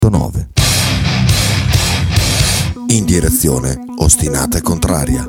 1909. In direzione ostinata e contraria.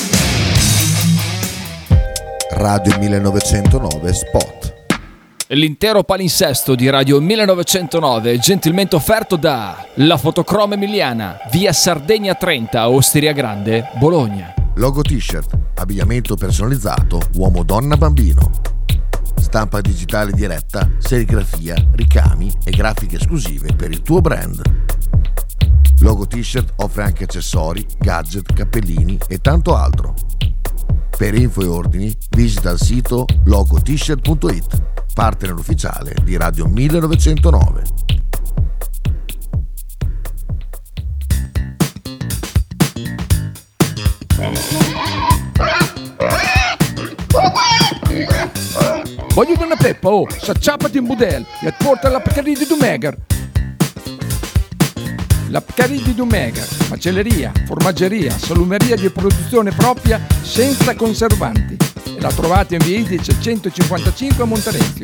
Radio 1909 Spot. L'intero palinsesto di Radio 1909 gentilmente offerto da La Fotocroma Emiliana, via Sardegna 30, Osteria Grande, Bologna. Logo t-shirt, abbigliamento personalizzato, uomo, donna, bambino. Stampa digitale diretta, serigrafia, ricami e grafiche esclusive per il tuo brand. Logo t-shirt offre anche accessori, gadget, cappellini e tanto altro. Per info e ordini visita il sito logotshirt.it, partner ufficiale di Radio 1909. Voglio una peppa, s'acciappati in budel e porta la Pcaridi di Dumegar. La Pcaridi di Dumegar, macelleria, formaggeria, salumeria di produzione propria senza conservanti. E la trovate in via Idice 155 a Monterezio.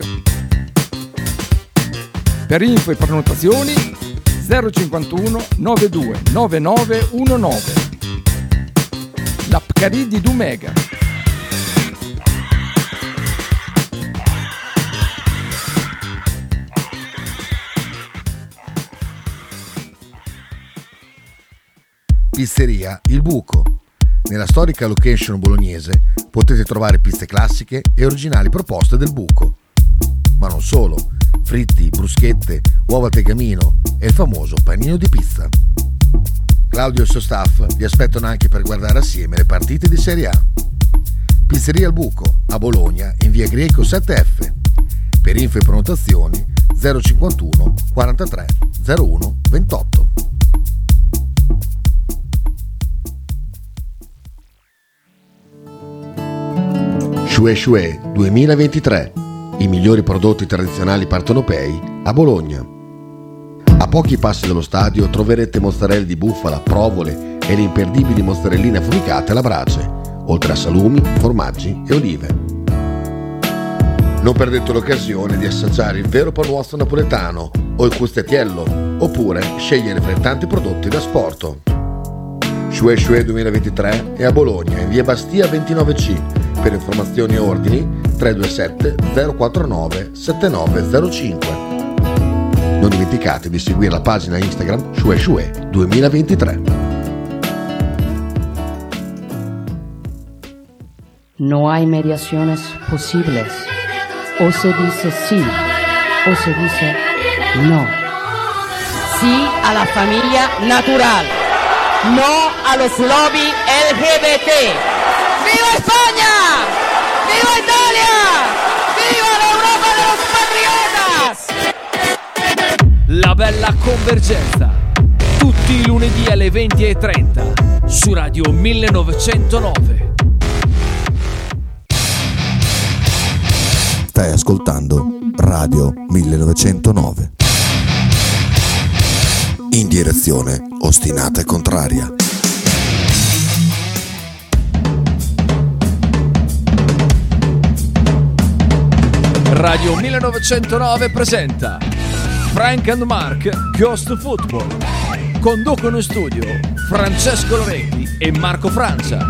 Per info e prenotazioni 051 92 9919. La Pcaridi di Dumegar. Pizzeria Il Buco. Nella storica location bolognese potete trovare pizze classiche e originali proposte del Buco. Ma non solo, fritti, bruschette, uova al tegamino e il famoso panino di pizza. Claudio e il suo staff vi aspettano anche per guardare assieme le partite di Serie A. Pizzeria Il Buco, a Bologna, in via Greco 7F. Per info e prenotazioni 051 43 01 28. Shue Shue 2023, i migliori prodotti tradizionali partenopei a Bologna. A pochi passi dallo stadio troverete mozzarella di bufala, provole e le imperdibili mozzarelline affumicate alla brace, oltre a salumi, formaggi e olive. Non perdete l'occasione di assaggiare il vero panuozzo napoletano o il custettiello, oppure scegliere fra i tanti prodotti da asporto. Shue Shue 2023 è a Bologna, in via Bastia 29C. Per informazioni e ordini 327 049 7905. Non dimenticate di seguire la pagina Instagram Shue Shue 2023. No hay mediaciones posibles. O se dice sí o se dice no. Sí a la familia natural. No a los lobby LGBT. ¡Viva España! ¡Viva Italia! ¡Viva l'Europa de los patriotas! La bella convergenza, tutti i lunedì alle 20:30 su Radio 1909. Stai ascoltando Radio 1909. In direzione ostinata e contraria. Radio 1909 presenta Frank and Mark Ghost Football. Conducono in studio Francesco Loretti e Marco Francia.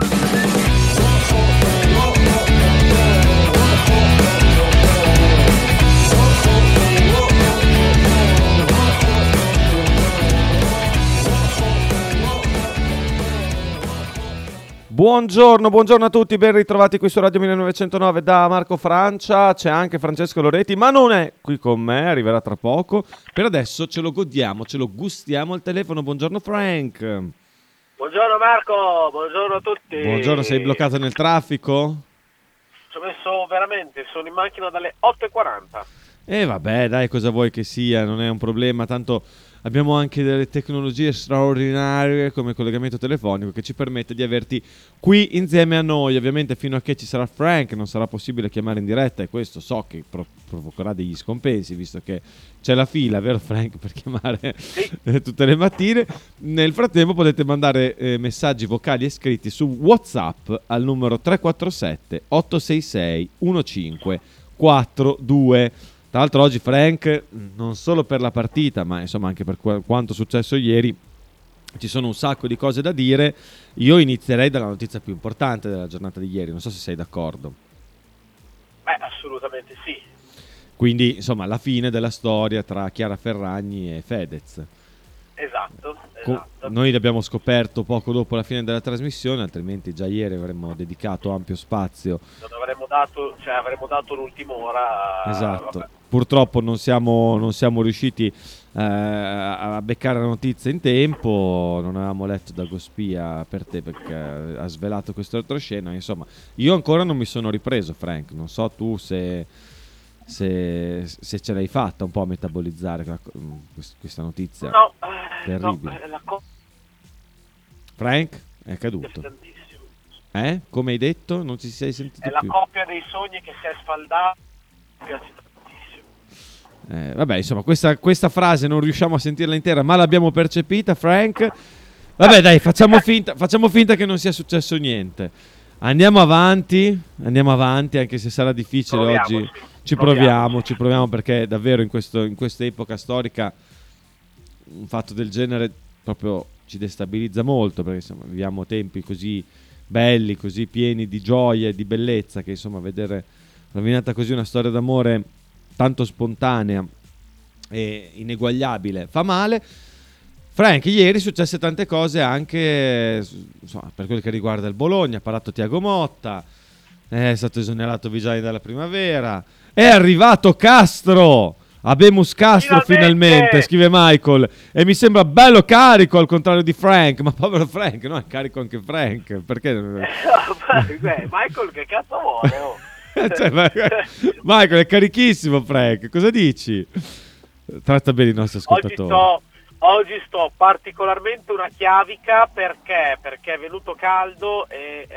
Buongiorno a tutti, ben ritrovati qui su Radio 1909 da Marco Francia. C'è anche Francesco Loretti, ma non è qui con me, arriverà tra poco. Per adesso ce lo godiamo, ce lo gustiamo al telefono. Buongiorno Frank. Buongiorno Marco, buongiorno a tutti. Buongiorno, sei bloccato nel traffico? Ci ho messo veramente, sono in macchina dalle 8:40. Vabbè, dai, cosa vuoi che sia, non è un problema, tanto abbiamo anche delle tecnologie straordinarie come il collegamento telefonico che ci permette di averti qui insieme a noi. Ovviamente fino a che ci sarà Frank non sarà possibile chiamare in diretta, e questo so che provocherà degli scompensi, visto che c'è la fila, vero Frank, per chiamare tutte le mattine. Nel frattempo potete mandare messaggi vocali e scritti su WhatsApp al numero 347 866 1542. Tra l'altro oggi Frank, non solo per la partita, ma insomma anche per quanto è successo ieri, ci sono un sacco di cose da dire. Io inizierei dalla notizia più importante della giornata di ieri, non so se sei d'accordo. Beh, assolutamente sì. Quindi, insomma, la fine della storia tra Chiara Ferragni e Fedez. Esatto. Noi l'abbiamo scoperto poco dopo la fine della trasmissione, altrimenti già ieri avremmo dedicato ampio spazio. Non avremmo dato l'ultima ora. Esatto. Vabbè. Purtroppo non siamo riusciti a beccare la notizia in tempo, non avevamo letto Dagospia per te perché ha svelato questo retroscena. Insomma, io ancora non mi sono ripreso, Frank. Non so tu se ce l'hai fatta un po' a metabolizzare questa notizia. No, terribile. No, Frank, è caduto. Come hai detto? Non ci sei sentito è la più. coppia dei sogni che si è sfaldata. Mi piace tantissimo. Vabbè, insomma, questa frase non riusciamo a sentirla intera, ma l'abbiamo percepita, Frank. Vabbè, dai, facciamo finta che non sia successo niente. Andiamo avanti, anche se sarà difficile oggi. Ci proviamo perché davvero in questa epoca storica un fatto del genere proprio ci destabilizza molto, perché insomma viviamo tempi così belli, così pieni di gioia e di bellezza, che insomma vedere rovinata così una storia d'amore tanto spontanea e ineguagliabile fa male. Frank, ieri successe tante cose anche insomma, per quel che riguarda il Bologna. Ha parlato Thiago Motta, è stato esonerato Vigiani dalla Primavera, è arrivato Castro, Abemus Castro finalmente, scrive Michael, e mi sembra bello carico al contrario di Frank. Ma povero Frank, no, è carico anche Frank, perché? Michael che cazzo vuole? Oh? Michael è carichissimo. Frank, cosa dici? Tratta bene i nostri ascoltatori. Oggi sto particolarmente una chiavica perché è venuto caldo e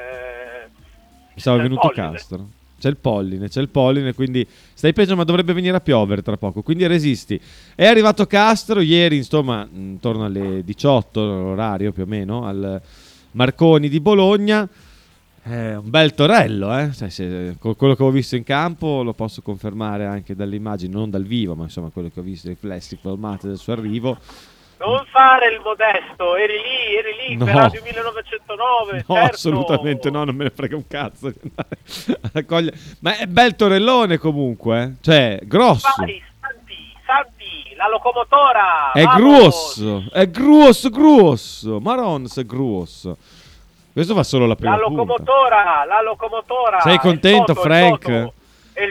stava venuto Castro. C'è il polline, quindi stai peggio, ma dovrebbe venire a piovere tra poco, quindi resisti. È arrivato Castro ieri, insomma, intorno alle 18 l'orario più o meno, al Marconi di Bologna. Un bel torello, con quello che ho visto in campo lo posso confermare anche dalle immagini, non dal vivo, ma insomma quello che ho visto, i riflessi colmati del suo arrivo. Non fare il modesto, eri lì no. Per Radio 1909. No, certo. Assolutamente no, non me ne frega un cazzo di andare ma è bel torellone comunque, cioè grosso. Vai, Santi, la locomotora. È gruoso, Marons è gruoso. Questo va solo la prima punta. La locomotora. Sei contento, Frank? Il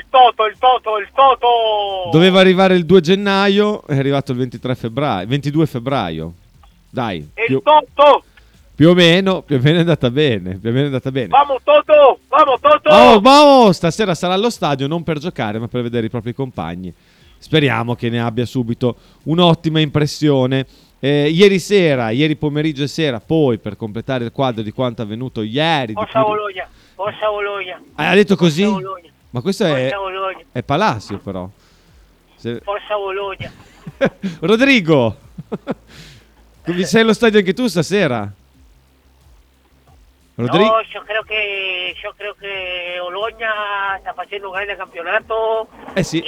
Toto. Doveva arrivare il 2 gennaio, è arrivato il 22 febbraio. Dai. Toto. Più o meno è andata bene. Vamos Toto. Vamos, stasera sarà allo stadio non per giocare, ma per vedere i propri compagni. Speriamo che ne abbia subito un'ottima impressione. Ieri pomeriggio e sera, poi per completare il quadro di quanto avvenuto ieri. Forza Bologna. Ha detto così? Ma questo è Palacio, però. Forza Bologna. Rodrigo, sei allo stadio anche tu stasera? No, yo creo que Bologna sta facendo un grande campionato. Sì.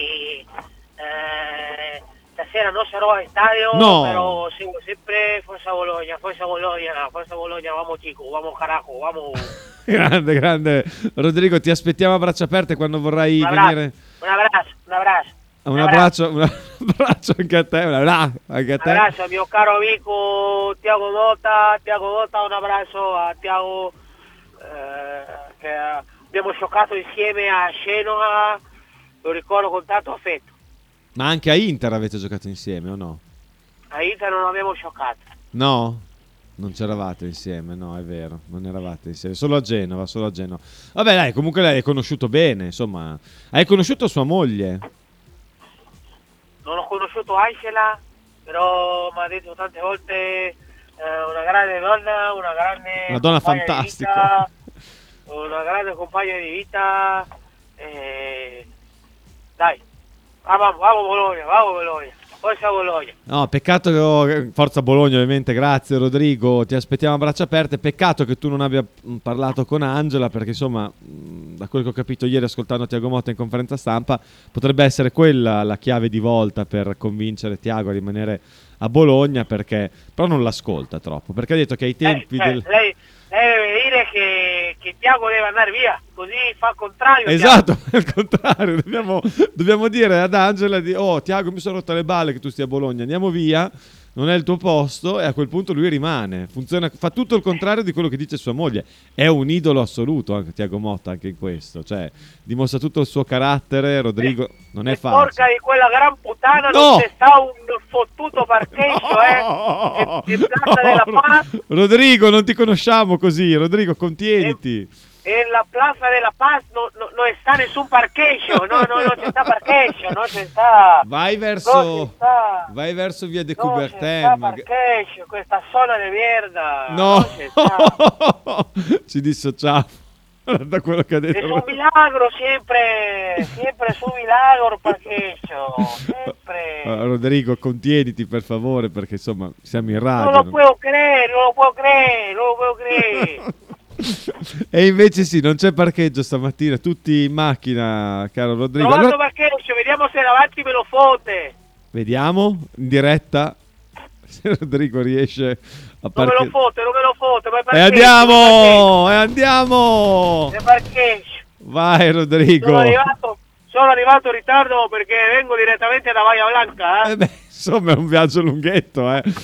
Stasera non sarò al stadio, no. Però seguo sempre Forza Bologna, vamos chico, vamos carajo, vamos. Grande Rodrigo, ti aspettiamo a braccia aperte quando vorrai venire. Un abbraccio anche a te, anche a te. Un abbraccio al mio caro amico Thiago Motta, un abbraccio a Thiago che abbiamo giocato insieme a Genoa, lo ricordo con tanto affetto. Ma anche a Inter avete giocato insieme o no? A Inter non abbiamo giocato. No? Non c'eravate insieme, no, è vero, non eravate insieme, solo a Genova. Vabbè, dai, comunque l'hai conosciuto bene, insomma. Hai conosciuto sua moglie? Non ho conosciuto Angela, però mi ha detto tante volte una grande donna, una donna fantastica, una grande compagna di vita. Dai, vamos Bologna. Forza Bologna. No, peccato che Forza Bologna, ovviamente, grazie Rodrigo, ti aspettiamo a braccia aperte. Peccato che tu non abbia parlato con Angela, perché insomma, da quello che ho capito ieri ascoltando Tiago Motta in conferenza stampa, potrebbe essere quella la chiave di volta per convincere Tiago a rimanere a Bologna, perché però non l'ascolta troppo, perché ha detto che ai tempi lei deve dire che Tiago deve andare via, così fa il contrario. Esatto, al contrario, dobbiamo dire ad Angela Tiago, mi sono rotto le balle che tu stia a Bologna, andiamo via, non è il tuo posto, e a quel punto lui rimane. Funziona, fa tutto il contrario di quello che dice sua moglie. È un idolo assoluto anche Tiago Motta, anche in questo, cioè dimostra tutto il suo carattere. Rodrigo non è facile. Porca di quella gran puttana, no! Non c'è sta un fottuto parcheggio, in Plaza della Paz. Rodrigo, non ti conosciamo così, Rodrigo, contieniti. En la Plaza de la Paz no está nessun parcheggio, no c'è sta parcheggio, no c'è sta. Vai verso via de Coubertin. No c'è sta parcheggio, questa zona di merda. No, no ci dissociamo da quello che ha detto. È un milagro, sempre su milagro parcheggio, sempre. Rodrigo, contieniti per favore, perché insomma siamo in radio. Non lo puedo credere. E invece sì, non c'è parcheggio stamattina, tutti in macchina, caro Rodrigo. Trovando parcheggio, vediamo se davanti me lo fote. Vediamo, in diretta, se Rodrigo riesce a parcheggiare. Non me lo fote, ma E andiamo! È parcheggio. Vai Rodrigo. Sono arrivato in ritardo perché vengo direttamente da Bahia Blanca. Insomma è un viaggio lunghetto,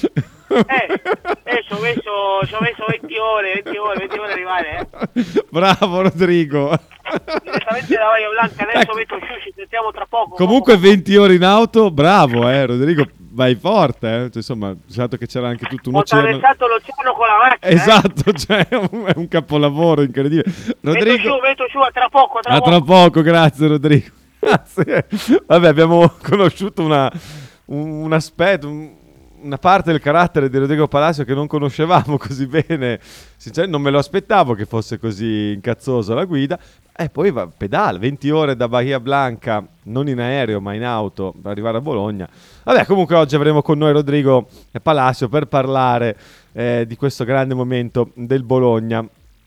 ci ho messo 20 ore ad arrivare, Bravo Rodrigo. Direttamente da Bahia Blanca, adesso metto giù, ci sentiamo tra poco. Comunque 20 ore in auto, bravo Rodrigo, vai forte, Cioè, insomma, dato che c'era anche tutto un oceano. Ho attraversato l'oceano con la macchina. Esatto, cioè è un capolavoro incredibile. Rodrigo, metto giù, a tra poco. Tra poco, grazie Rodrigo. Grazie. Vabbè, abbiamo conosciuto un aspetto, una parte del carattere di Rodrigo Palacio che non conoscevamo così bene. Sinceramente non me lo aspettavo che fosse così incazzoso alla guida. E poi pedala 20 ore da Bahia Blanca, non in aereo ma in auto, per arrivare a Bologna. Vabbè, comunque oggi avremo con noi Rodrigo Palacio per parlare di questo grande momento del Bologna.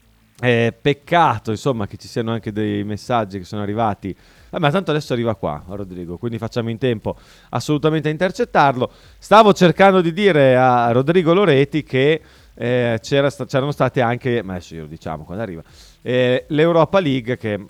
Peccato insomma che ci siano anche dei messaggi che sono arrivati. Ma tanto adesso arriva qua Rodrigo, quindi facciamo in tempo assolutamente a intercettarlo. Stavo cercando di dire a Rodrigo Loreti che c'erano state anche, ma adesso glielo diciamo quando arriva, l'Europa League, che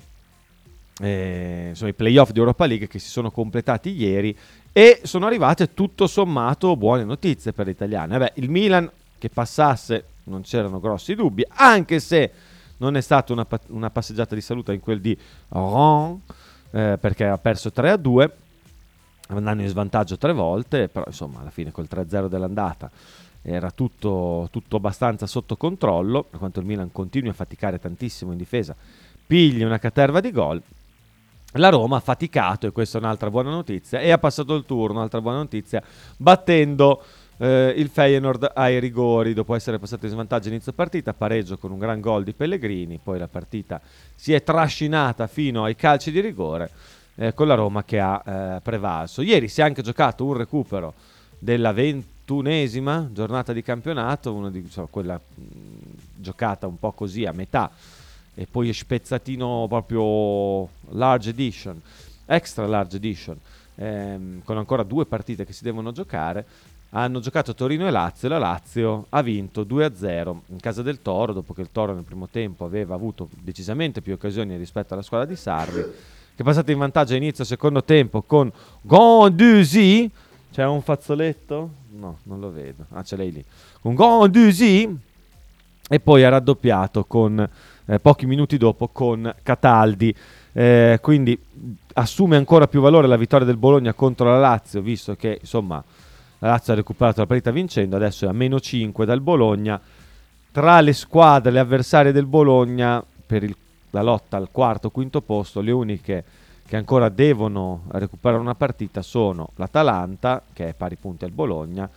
sono i playoff di Europa League che si sono completati ieri e sono arrivate tutto sommato buone notizie per gli italiani. Il Milan che passasse non c'erano grossi dubbi, anche se non è stata una passeggiata di salute in quel di Rouen, perché ha perso 3-2, andando in svantaggio 3 volte, però insomma alla fine col 3-0 dell'andata era tutto abbastanza sotto controllo, per quanto il Milan continui a faticare tantissimo in difesa, pigli una caterva di gol. La Roma ha faticato, e questa è un'altra buona notizia, e ha passato il turno, un'altra buona notizia, battendo il Feyenoord ai rigori dopo essere passato in svantaggio inizio partita, pareggio con un gran gol di Pellegrini. Poi la partita si è trascinata fino ai calci di rigore, con la Roma che ha prevalso. Ieri si è anche giocato un recupero della 21esima giornata di campionato, quella giocata un po' così a metà e poi è spezzatino proprio large edition, extra large edition, con ancora 2 partite che si devono giocare. Hanno giocato Torino e Lazio, e la Lazio ha vinto 2-0 in casa del Toro, dopo che il Toro nel primo tempo aveva avuto decisamente più occasioni rispetto alla squadra di Sarri, che è passata in vantaggio a inizio secondo tempo con Guendouzi. C'è un fazzoletto? No, non lo vedo. Ce l'hai lì. Con Guendouzi, e poi ha raddoppiato con pochi minuti dopo con Cataldi. Quindi assume ancora più valore la vittoria del Bologna contro la Lazio, visto che insomma la Lazio ha recuperato la partita vincendo, adesso è a -5 dal Bologna. Tra le squadre, le avversarie del Bologna per la lotta al quarto, quinto posto, le uniche che ancora devono recuperare una partita sono l'Atalanta, che è pari punti al Bologna,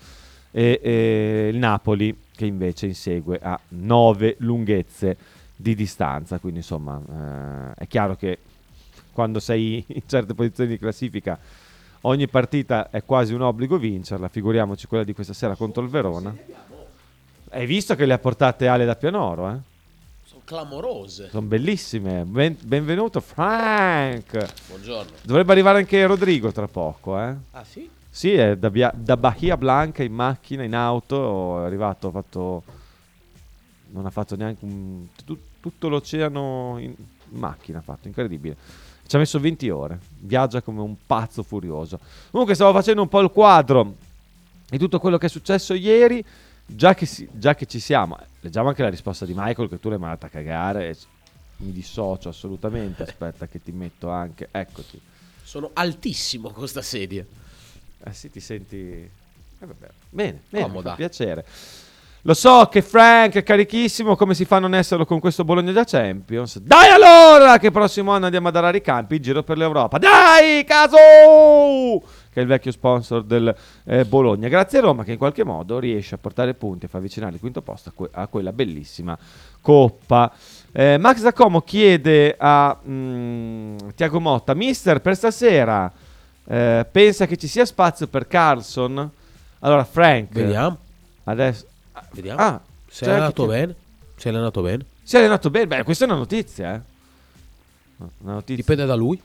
e il Napoli, che invece insegue a 9 lunghezze di distanza. Quindi insomma è chiaro che quando sei in certe posizioni di classifica ogni partita è quasi un obbligo vincerla, figuriamoci quella di questa sera contro il Verona. Hai visto che le ha portate Ale da Pianoro, Sono clamorose. Sono bellissime. Benvenuto Frank. Buongiorno. Dovrebbe arrivare anche Rodrigo tra poco, Ah sì? Sì, è da Bahia Blanca in macchina, in auto, è arrivato, non ha fatto neanche tutto l'oceano in macchina, ha fatto, incredibile. Ci ha messo 20 ore, viaggia come un pazzo furioso. Comunque stavo facendo un po' il quadro di tutto quello che è successo ieri, già che ci siamo. Leggiamo anche la risposta di Michael, che tu l'hai mandata a cagare, mi dissocio assolutamente, aspetta che ti metto anche, eccoti. Sono altissimo con sta sedia. Sì, ti senti... vabbè. Bene, mi fa piacere. Lo so che Frank è carichissimo, come si fa a non esserlo con questo Bologna da Champions? Dai allora, che prossimo anno andiamo ad arare i campi, in giro per l'Europa. Dai, Caso! Che è il vecchio sponsor del Bologna. Grazie a Roma che in qualche modo riesce a portare punti e fa avvicinare il quinto posto a quella bellissima Coppa. Max Giacomo chiede a Tiago Motta: mister, per stasera pensa che ci sia spazio per Carlson? Allora Frank, Vediamo. Adesso Vediamo. Si è allenato bene? Si è allenato bene? Si è allenato bene? Beh, questa è una notizia, Una notizia. Dipende da lui.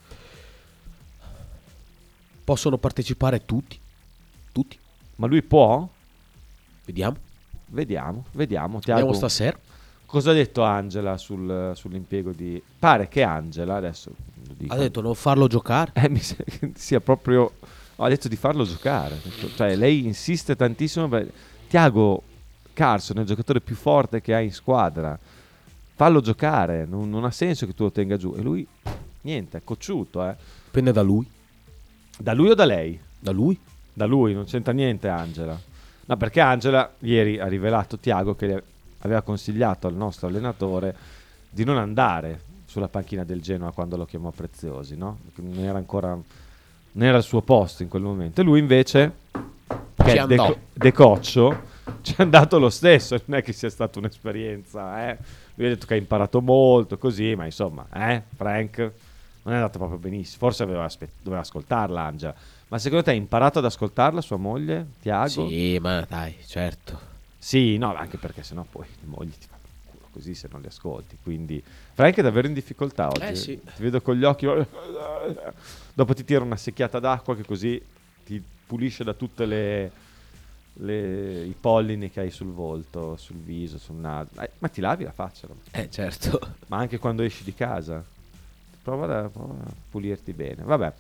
Possono partecipare tutti. Tutti. Ma lui può? Vediamo. Vediamo. Vediamo stasera. Cosa ha detto Angela sull'impiego di... Pare che Angela, adesso lo dico, Ha detto non farlo giocare. mi sa che sia proprio... ha detto di farlo giocare. Cioè lei insiste tantissimo. Thiago Carlson è il giocatore più forte che hai in squadra. Fallo giocare, non ha senso che tu lo tenga giù. E lui, niente, è cocciuto. Dipende da lui. Da lui o da lei? Da lui. Da lui, non c'entra niente Angela. No, perché Angela ieri ha rivelato Thiago che le aveva consigliato al nostro allenatore di non andare sulla panchina del Genoa quando lo chiamò Preziosi, no? Perché non era il suo posto in quel momento. E lui invece, che è decoccio, ci è andato lo stesso. Non è che sia stata un'esperienza, Lui ha detto che ha imparato molto, così, ma insomma, Frank, non è andato proprio benissimo. Forse doveva ascoltarla Angela. Ma secondo te ha imparato ad ascoltarla sua moglie, Thiago? Sì, ma dai, certo. Sì, no, anche perché sennò poi le mogli ti fanno il culo così se non li ascolti. Quindi Frank è davvero in difficoltà oggi. Sì. Ti vedo con gli occhi. Dopo ti tira una secchiata d'acqua che così ti pulisce da tutte i pollini che hai sul volto, sul viso, sul naso. Ma ti lavi la faccia? Certo. Ma anche quando esci di casa. Prova a pulirti bene. Vabbè.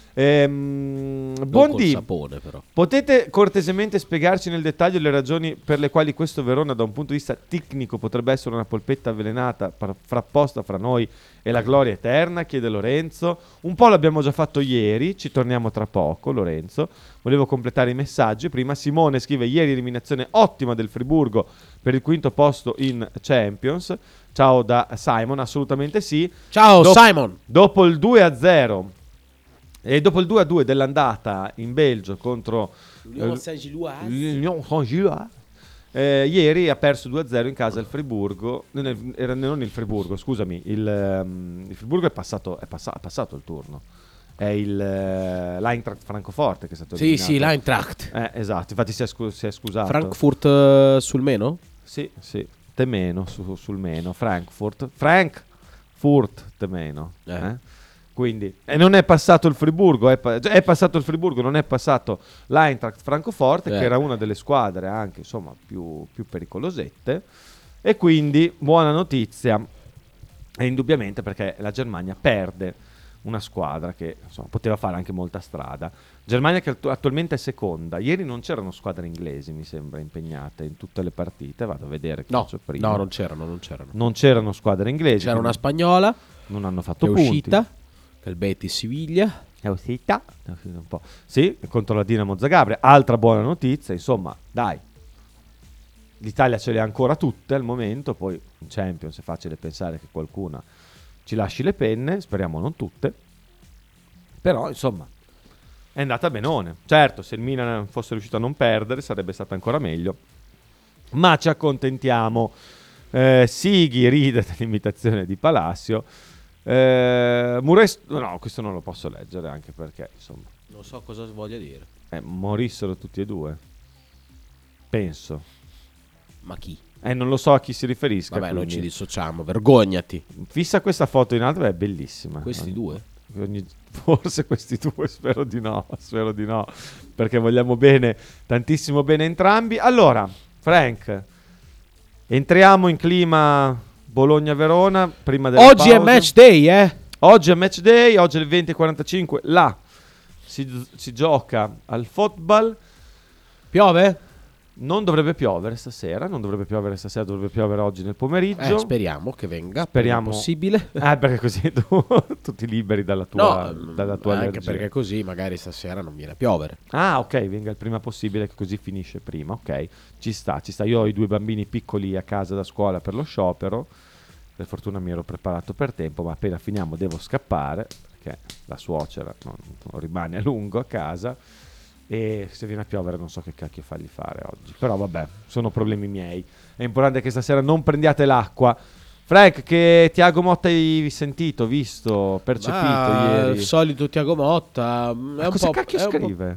Buondì, sapone, però. Potete cortesemente spiegarci nel dettaglio le ragioni per le quali questo Verona da un punto di vista tecnico potrebbe essere una polpetta avvelenata frapposta fra noi e la gloria eterna? Chiede Lorenzo. Un po' l'abbiamo già fatto ieri, ci torniamo tra poco. Lorenzo, volevo completare i messaggi prima. Simone scrive: ieri eliminazione ottima del Friburgo per il quinto posto in Champions. Ciao da Simon, assolutamente sì. Ciao Simon. Dopo il 2-0 e dopo il 2-2 dell'andata in Belgio contro l'Union Saint-Gilloise, ieri ha perso 2-0 in casa il Friburgo. Non il Friburgo, scusami, il Friburgo ha passato il turno. È il l'Eintracht Francoforte che è stato eliminato. Sì, l'Eintracht. Esatto, infatti si è scusato. Frankfurt sul meno? Sì, te meno sul meno. Frankfurt te meno. Quindi non è passato il Friburgo, è passato il Friburgo, non è passato l'Eintracht Francoforte, che era una delle squadre anche insomma più pericolosette. E quindi buona notizia, e indubbiamente, perché la Germania perde una squadra che insomma poteva fare anche molta strada. Germania che attualmente è seconda. Ieri non c'erano squadre inglesi, mi sembra, impegnate in tutte le partite. Vado a vedere che c'è prima. No, non c'erano. Non c'erano squadre inglesi. C'era una spagnola, non hanno fatto punti. È uscita, che è il Betis Siviglia. È uscita un po'. Sì, contro la Dinamo Zagabria. Altra buona notizia, insomma, dai. L'Italia ce le ha ancora tutte al momento, poi in Champions è facile pensare che qualcuna ci lasci le penne, speriamo non tutte. Però, insomma, è andata benone. Certo, se il Milan fosse riuscito a non perdere sarebbe stato ancora meglio. Ma ci accontentiamo. Sighi ride dell'imitazione di Palacio. No, questo non lo posso leggere, anche perché, insomma, Non so cosa voglia dire. Morissero tutti e due. Penso. Ma chi? Non lo so a chi si riferisca. Vabbè, quindi. non ci dissociamo, vergognati. Fissa questa foto in alto, è bellissima. Questi due? Forse questi due, spero di no, perché vogliamo bene, tantissimo bene entrambi. Allora, Frank, entriamo in clima Bologna-Verona prima della Oggi pausa. è match day, Oggi è match day, oggi alle 20:45 là si gioca al football. Piove? Non dovrebbe piovere stasera, dovrebbe piovere oggi nel pomeriggio. Speriamo che venga, speriamo possibile. Perché così tu ti liberi dalla tua anche allergia. perché così magari stasera non viene a piovere. Ok, venga il prima possibile, che così finisce prima. Ok, ci sta. Io ho i 2 bambini piccoli a casa da scuola per lo sciopero. Per fortuna mi ero preparato per tempo, ma appena finiamo devo scappare perché la suocera non rimane a lungo a casa. E se viene a piovere non so che cacchio fargli fare oggi. Però vabbè, sono problemi miei. È importante che stasera non prendiate l'acqua. Frank, che Thiago Motta hai sentito, visto, percepito ieri? Il solito Thiago Motta. Cosa cacchio scrive?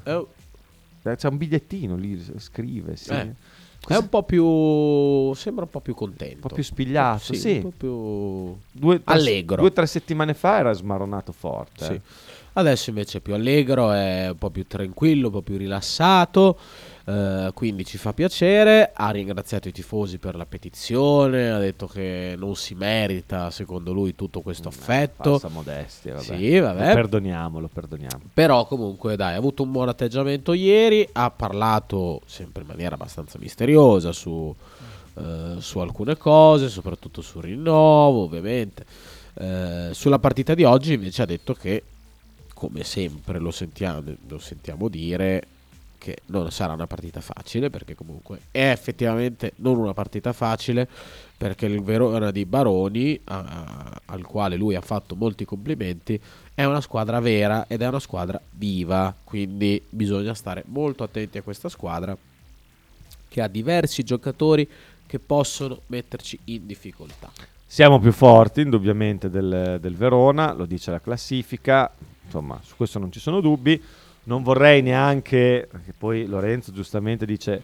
C'è un bigliettino lì, scrive, sì. È un po' più... sembra un po' più contento. Un po' più spigliato, sì. Un po' più allegro. 2 o 3 settimane fa era smaronato forte. Sì. Adesso invece è più allegro, è un po' più tranquillo, un po' più rilassato, quindi ci fa piacere. Ha ringraziato i tifosi per la petizione, ha detto che non si merita, secondo lui, tutto questo affetto. Falsa modestia, vabbè. Sì, vabbè. Lo perdoniamo. Però comunque dai, ha avuto un buon atteggiamento ieri, ha parlato sempre in maniera abbastanza misteriosa su alcune cose, soprattutto sul rinnovo, ovviamente. Sulla partita di oggi invece ha detto che, come sempre lo sentiamo dire, che non sarà una partita facile, perché comunque è effettivamente non una partita facile, perché il Verona di Baroni, al quale lui ha fatto molti complimenti, è una squadra vera ed è una squadra viva, quindi bisogna stare molto attenti a questa squadra, che ha diversi giocatori che possono metterci in difficoltà. Siamo più forti indubbiamente del Verona, lo dice la classifica. Insomma, su questo non ci sono dubbi. Non vorrei neanche, perché poi Lorenzo giustamente dice,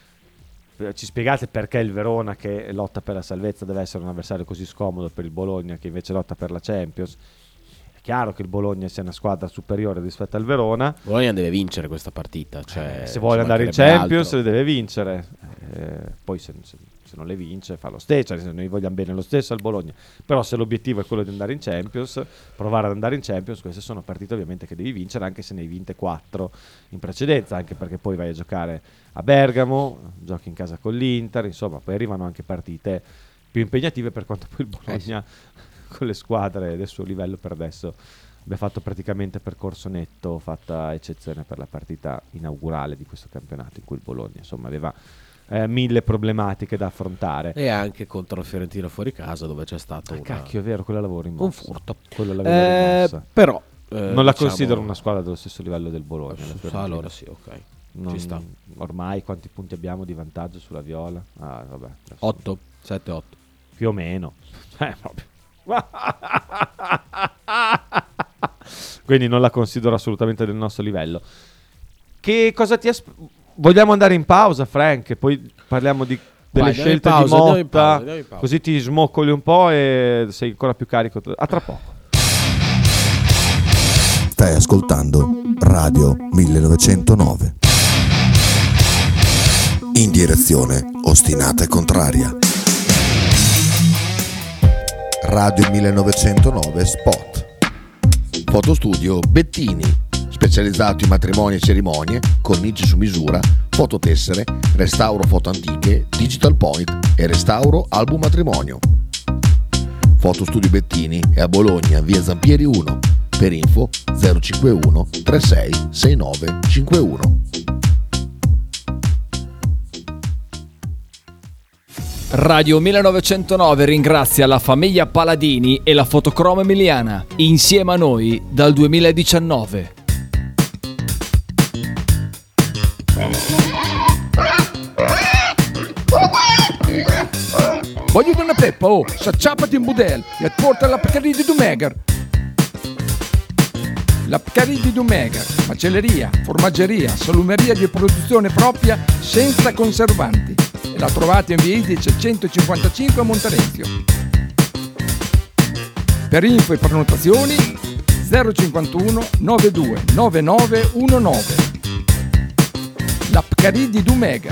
ci spiegate perché il Verona, che lotta per la salvezza, deve essere un avversario così scomodo per il Bologna, che invece lotta per la Champions. È chiaro che il Bologna sia una squadra superiore rispetto al Verona. Il Bologna deve vincere questa partita, se vuole andare in Champions le deve vincere, poi se non le vince fa lo stesso, noi vogliamo bene lo stesso al Bologna, però se l'obiettivo è quello di andare in Champions, provare ad andare in Champions, queste sono partite ovviamente che devi vincere, anche se ne hai vinte 4 in precedenza, anche perché poi vai a giocare a Bergamo, giochi in casa con l'Inter, insomma poi arrivano anche partite più impegnative, per quanto poi il Bologna con le squadre del suo livello per adesso abbia fatto praticamente percorso netto, fatta eccezione per la partita inaugurale di questo campionato, in cui il Bologna insomma aveva 1000 problematiche da affrontare, e anche contro il Fiorentina fuori casa, dove c'è stato cacchio, è vero, quella lavoro in mossa, un furto, però non la diciamo, considero una squadra dello stesso livello del Bologna. Allora sì, ok, ci sta. Ormai quanti punti abbiamo di vantaggio sulla Viola? Vabbè, 8, 7-8 più o meno, quindi non la considero assolutamente del nostro livello. Che cosa ti vogliamo andare in pausa, Frank, e poi parliamo delle scelte di Motta, andiamo in pausa. Così ti smoccoli un po' e sei ancora più carico. A tra poco. Stai ascoltando Radio 1909, in direzione ostinata e contraria. Radio 1909 Spot. Fotostudio Bettini, specializzato in matrimoni e cerimonie, cornici su misura, fototessere, restauro foto antiche, digital point e restauro album matrimonio. Fotostudio Bettini è a Bologna, via Zampieri 1. Per info 051 36 69 51. Radio 1909 ringrazia la famiglia Paladini e la Fotocromo Emiliana, insieme a noi dal 2019. Voglio una peppa, s'acciappati in budel e porta la Pcaridi di Dumegar. La Pcari di Dumega, macelleria, formaggeria, salumeria di produzione propria senza conservanti. E la trovate in via Idice 155 a Monterezio. Per info e prenotazioni 051 92 9919. La Pcari di Dumega.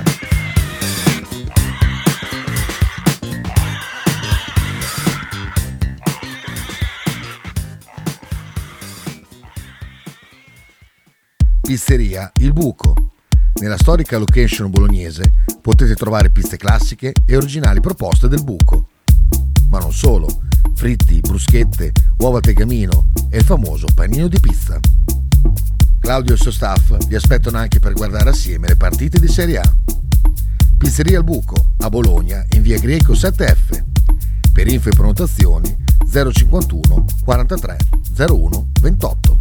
Pizzeria Il Buco. Nella storica location bolognese potete trovare pizze classiche e originali proposte del Buco. Ma non solo, fritti, bruschette, uova a tegamino e il famoso panino di pizza. Claudio e il suo staff vi aspettano anche per guardare assieme le partite di Serie A. Pizzeria Il Buco, a Bologna, in via Greco 7F. Per info e prenotazioni 051 43 01 28.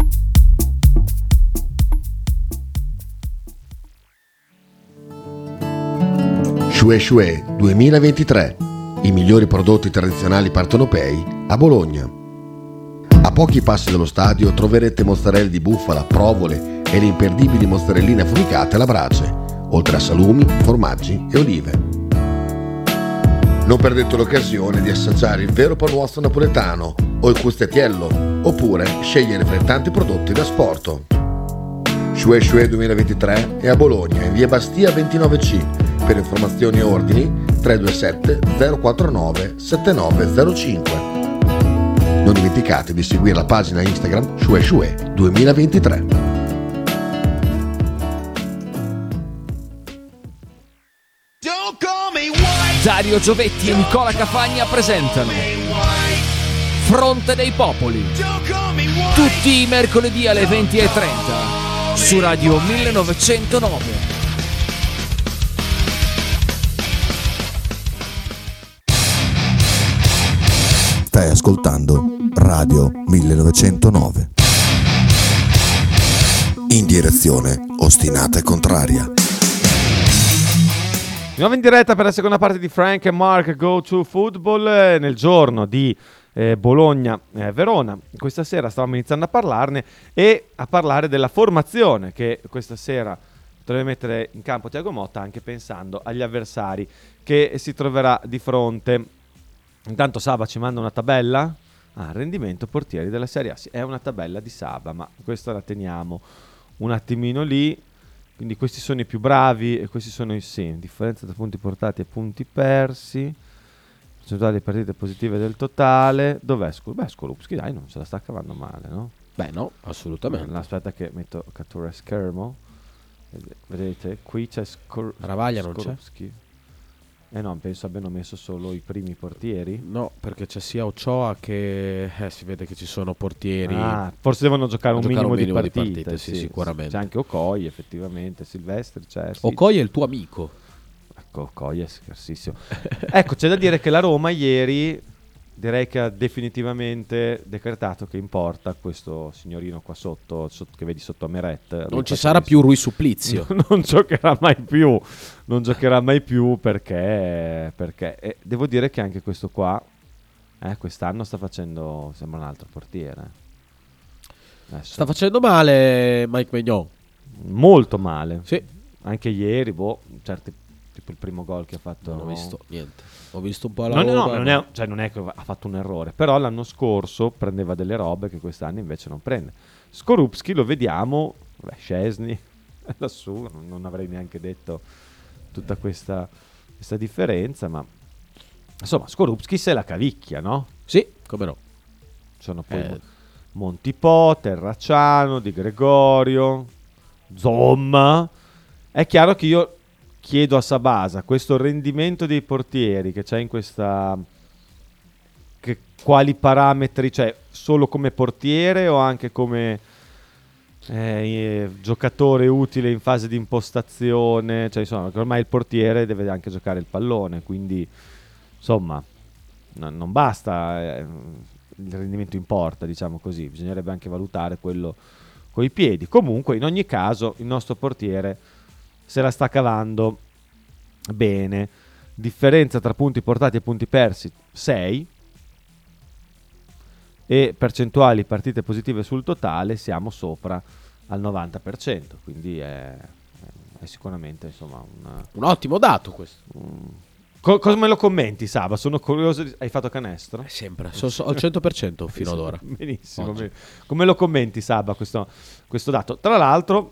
Shue Shue 2023. I migliori prodotti tradizionali partenopei a Bologna. A pochi passi dallo stadio troverete mozzarella di bufala, provole e le imperdibili mozzarelline affumicate alla brace, oltre a salumi, formaggi e olive. Non perdete l'occasione di assaggiare il vero panuozzo napoletano o il custettiello, oppure scegliere fra i tanti prodotti da sport. Shue Shue 2023 è a Bologna, in via Bastia 29C. Per informazioni e ordini 327 049 7905. Non dimenticate di seguire la pagina Instagram Shue Shue 2023. Dario Giovetti e Nicola Cafagna presentano Fronte dei Popoli, tutti i mercoledì alle 20:30 su Radio 1909. Stai ascoltando Radio 1909. In direzione ostinata e contraria. Di nuovo in diretta per la seconda parte di Frank e Mark Go to Football nel giorno di Bologna-Verona. Questa sera stavamo iniziando a parlarne e a parlare della formazione che questa sera potrebbe mettere in campo Thiago Motta, anche pensando agli avversari che si troverà di fronte. Intanto Saba ci manda una tabella. Rendimento portieri della Serie A. Sì, è una tabella di Saba, ma questa la teniamo un attimino lì. Quindi questi sono i più bravi e questi sono i differenza tra punti portati e punti persi, percentuale di partite positive del totale. Dov'è Skorupski? Dai, non se la sta cavando male, no? Beh no, assolutamente. Aspetta che metto cattura schermo. Vedete, qui c'è Ravaglia non c'è? Skorupski. No, penso abbiano messo solo i primi portieri. No, perché c'è sia Ochoa che si vede che ci sono portieri. Forse devono giocare un minimo di partite, partite, sì, sicuramente. C'è anche Okoye, effettivamente, Silvestri c'è. Sì. Okoye è il tuo amico. Ecco, Okoye è scarsissimo. Ecco, c'è da dire che la Roma ieri direi che ha definitivamente decretato che in porta questo signorino qua sotto che vedi sotto a Meret. Non ci sarà più Rui Supplizio. Non giocherà mai più. Non giocherà mai più perché devo dire che anche questo qua quest'anno sta facendo, sembra un altro portiere. Adesso. Sta facendo male Mike Maignan. Molto male. Sì. Anche ieri, certi, tipo il primo gol che ha fatto. Non ho visto niente. Ho visto un po' la roba. Non è che ha fatto un errore, però l'anno scorso prendeva delle robe che quest'anno invece non prende. Skorupski lo vediamo, Szczesny lassù, non avrei neanche detto tutta questa differenza, ma insomma Skorupski se la cavicchia, no? Sì, come no. Sono poi Montipò, Terracciano, Di Gregorio, Zomma. È chiaro che io chiedo a Sabasa questo rendimento dei portieri che c'è in questa, quali parametri, cioè solo come portiere o anche come giocatore utile in fase di impostazione, cioè insomma ormai il portiere deve anche giocare il pallone, quindi insomma non basta il rendimento in porta, diciamo così, bisognerebbe anche valutare quello coi piedi. Comunque in ogni caso il nostro portiere se la sta cavando bene. Differenza tra punti portati e punti persi 6. e percentuali partite positive sul totale siamo sopra al 90%, quindi è sicuramente insomma un ottimo dato questo. Cosa me lo commenti, Saba? Sono curioso. Hai fatto canestro? Sempre, al 100% fino ad ora. Benissimo. Come lo commenti, Saba, questo dato? Tra l'altro,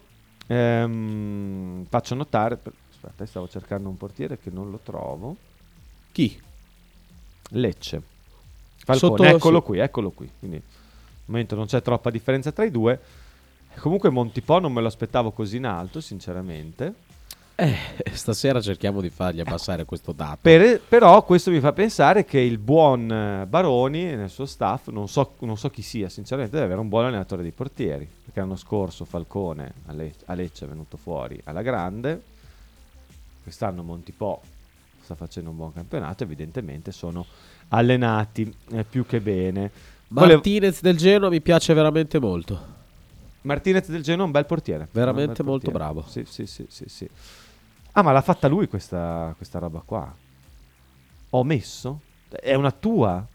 faccio notare. Aspetta, stavo cercando un portiere che non lo trovo. Chi? Lecce. Falcone, eccolo qui. Quindi, al momento non c'è troppa differenza tra i due. Comunque, Montipò non me lo aspettavo così in alto, sinceramente. Stasera cerchiamo di fargli abbassare questo dato. Però questo mi fa pensare che il buon Baroni nel suo staff, non so chi sia sinceramente, deve avere un buon allenatore di portieri, perché l'anno scorso Falcone a Lecce è venuto fuori alla grande, quest'anno Montipò sta facendo un buon campionato, evidentemente sono allenati più che bene. Martinez del Genoa mi piace veramente molto. Martinez del Genoa è un bel portiere, veramente molto portiere. bravo. Sì. Ah, ma l'ha fatta lui questa roba qua? Ho messo? È una tua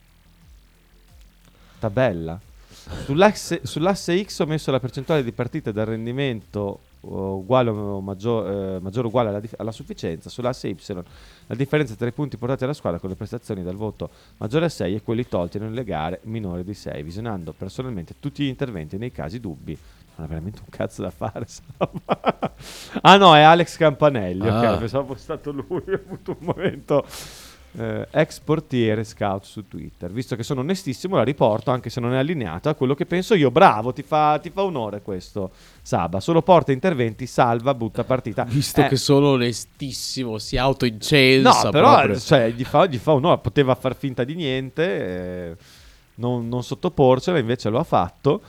tabella? Sull'asse X ho messo la percentuale di partite dal rendimento uguale o maggiore o uguale alla sufficienza. Sull'asse Y la differenza tra i punti portati alla squadra con le prestazioni dal voto maggiore a 6 e quelli tolti nelle gare minore di 6, visionando personalmente tutti gli interventi nei casi dubbi. Non ha veramente un cazzo da fare. Ah no, è Alex Campanelli. Ok, pensavo fosse stato lui. Ho avuto un momento. Ex portiere scout su Twitter. Visto che sono onestissimo, la riporto anche se non è allineato a quello che penso io. Bravo, ti fa onore questo, Saba. Solo porta interventi, salva, butta partita. Visto che sono onestissimo, si autoincensa. No, però proprio. Cioè, gli fa onore. Poteva far finta di niente, non sottoporcela, invece lo ha fatto.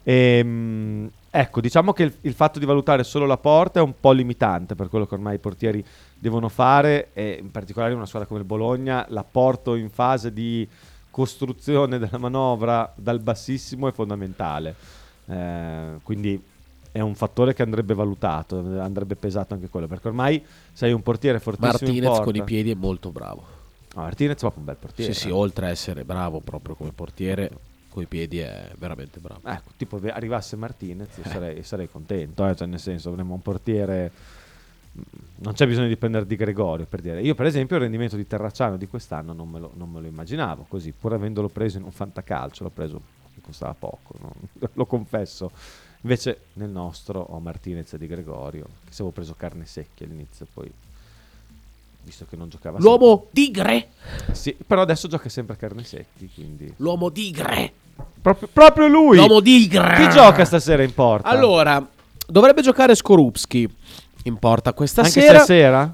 Ecco, diciamo che il fatto di valutare solo la porta è un po' limitante per quello che ormai i portieri devono fare, e in particolare in una squadra come il Bologna l'apporto in fase di costruzione della manovra dal bassissimo è fondamentale, quindi è un fattore che andrebbe valutato, andrebbe pesato anche quello, perché ormai sei un portiere fortissimo. Martinez con i piedi è molto bravo. Martinez è proprio un bel portiere. Sì, oltre a essere bravo proprio come portiere, coi piedi è veramente bravo. Ecco, tipo arrivasse Martinez sarei contento, cioè nel senso avremmo un portiere, non c'è bisogno di prendere Di Gregorio, per dire. Io per esempio il rendimento di Terracciano di quest'anno non me lo immaginavo così, pur avendolo preso in un fantacalcio, l'ho preso, mi costava poco, no? Lo confesso. Invece nel nostro ho Martinez e Di Gregorio, che se avevo preso Carne Secchia all'inizio, poi visto che non giocava l'uomo tigre. Sì, però adesso gioca sempre Carne Secchi, quindi l'uomo tigre. Proprio lui. L'uomo tigre. Chi gioca stasera in porta? Allora, dovrebbe giocare Skorupski in porta questa anche sera. Se è sera?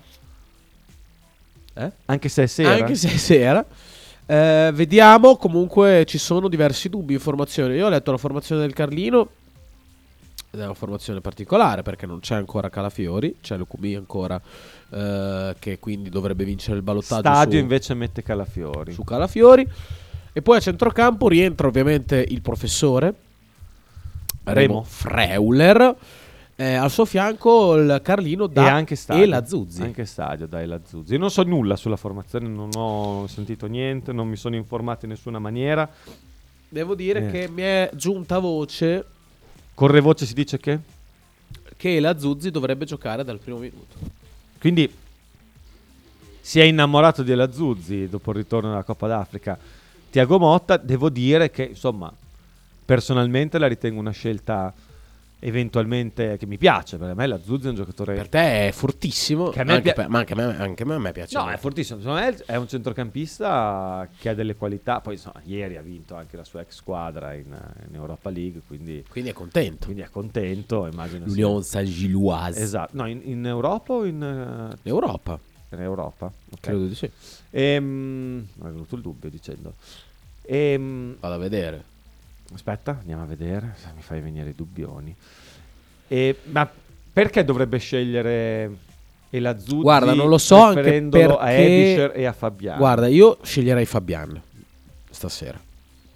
Anche se è sera? Anche se è sera. Vediamo, comunque ci sono diversi dubbi, informazioni. Io ho letto la formazione del Carlino ed è una formazione particolare perché non c'è ancora Calafiori, c'è Lucumi ancora, che quindi dovrebbe vincere il ballottaggio. Stadio invece mette Calafiori. Su Calafiori. E poi a centrocampo rientra ovviamente il professore Remo Freuler. Al suo fianco il Carlino e la Zuzzi. Anche Stadio dai la Zuzzi. Io non so nulla sulla formazione, non ho sentito niente, non mi sono informato in nessuna maniera. Devo dire che mi è giunta voce. Corre voce si dice che la Zuzzi dovrebbe giocare dal primo minuto. Quindi si è innamorato di La Zuzzi dopo il ritorno dalla Coppa d'Africa. Thiago Motta, devo dire che insomma personalmente la ritengo una scelta eventualmente che mi piace, per me la Zuzzi è un giocatore, per te è fortissimo, che a me ma anche a me piace. No, è fortissimo, secondo me è un centrocampista che ha delle qualità, poi insomma, ieri ha vinto anche la sua ex squadra in Europa League, quindi è contento. Immagino l'Union Saint-Gilloise. Esatto, no, in Europa o in Europa? In Europa, okay. Credo di sì. Mi è venuto il dubbio dicendo. Vado a vedere. Aspetta, andiamo a vedere. Mi fai venire i dubbioni. Ma perché dovrebbe scegliere la Zuzzi? Guarda, non lo so, anche perché a Ebischer e a Fabian. Guarda, io sceglierei Fabian stasera.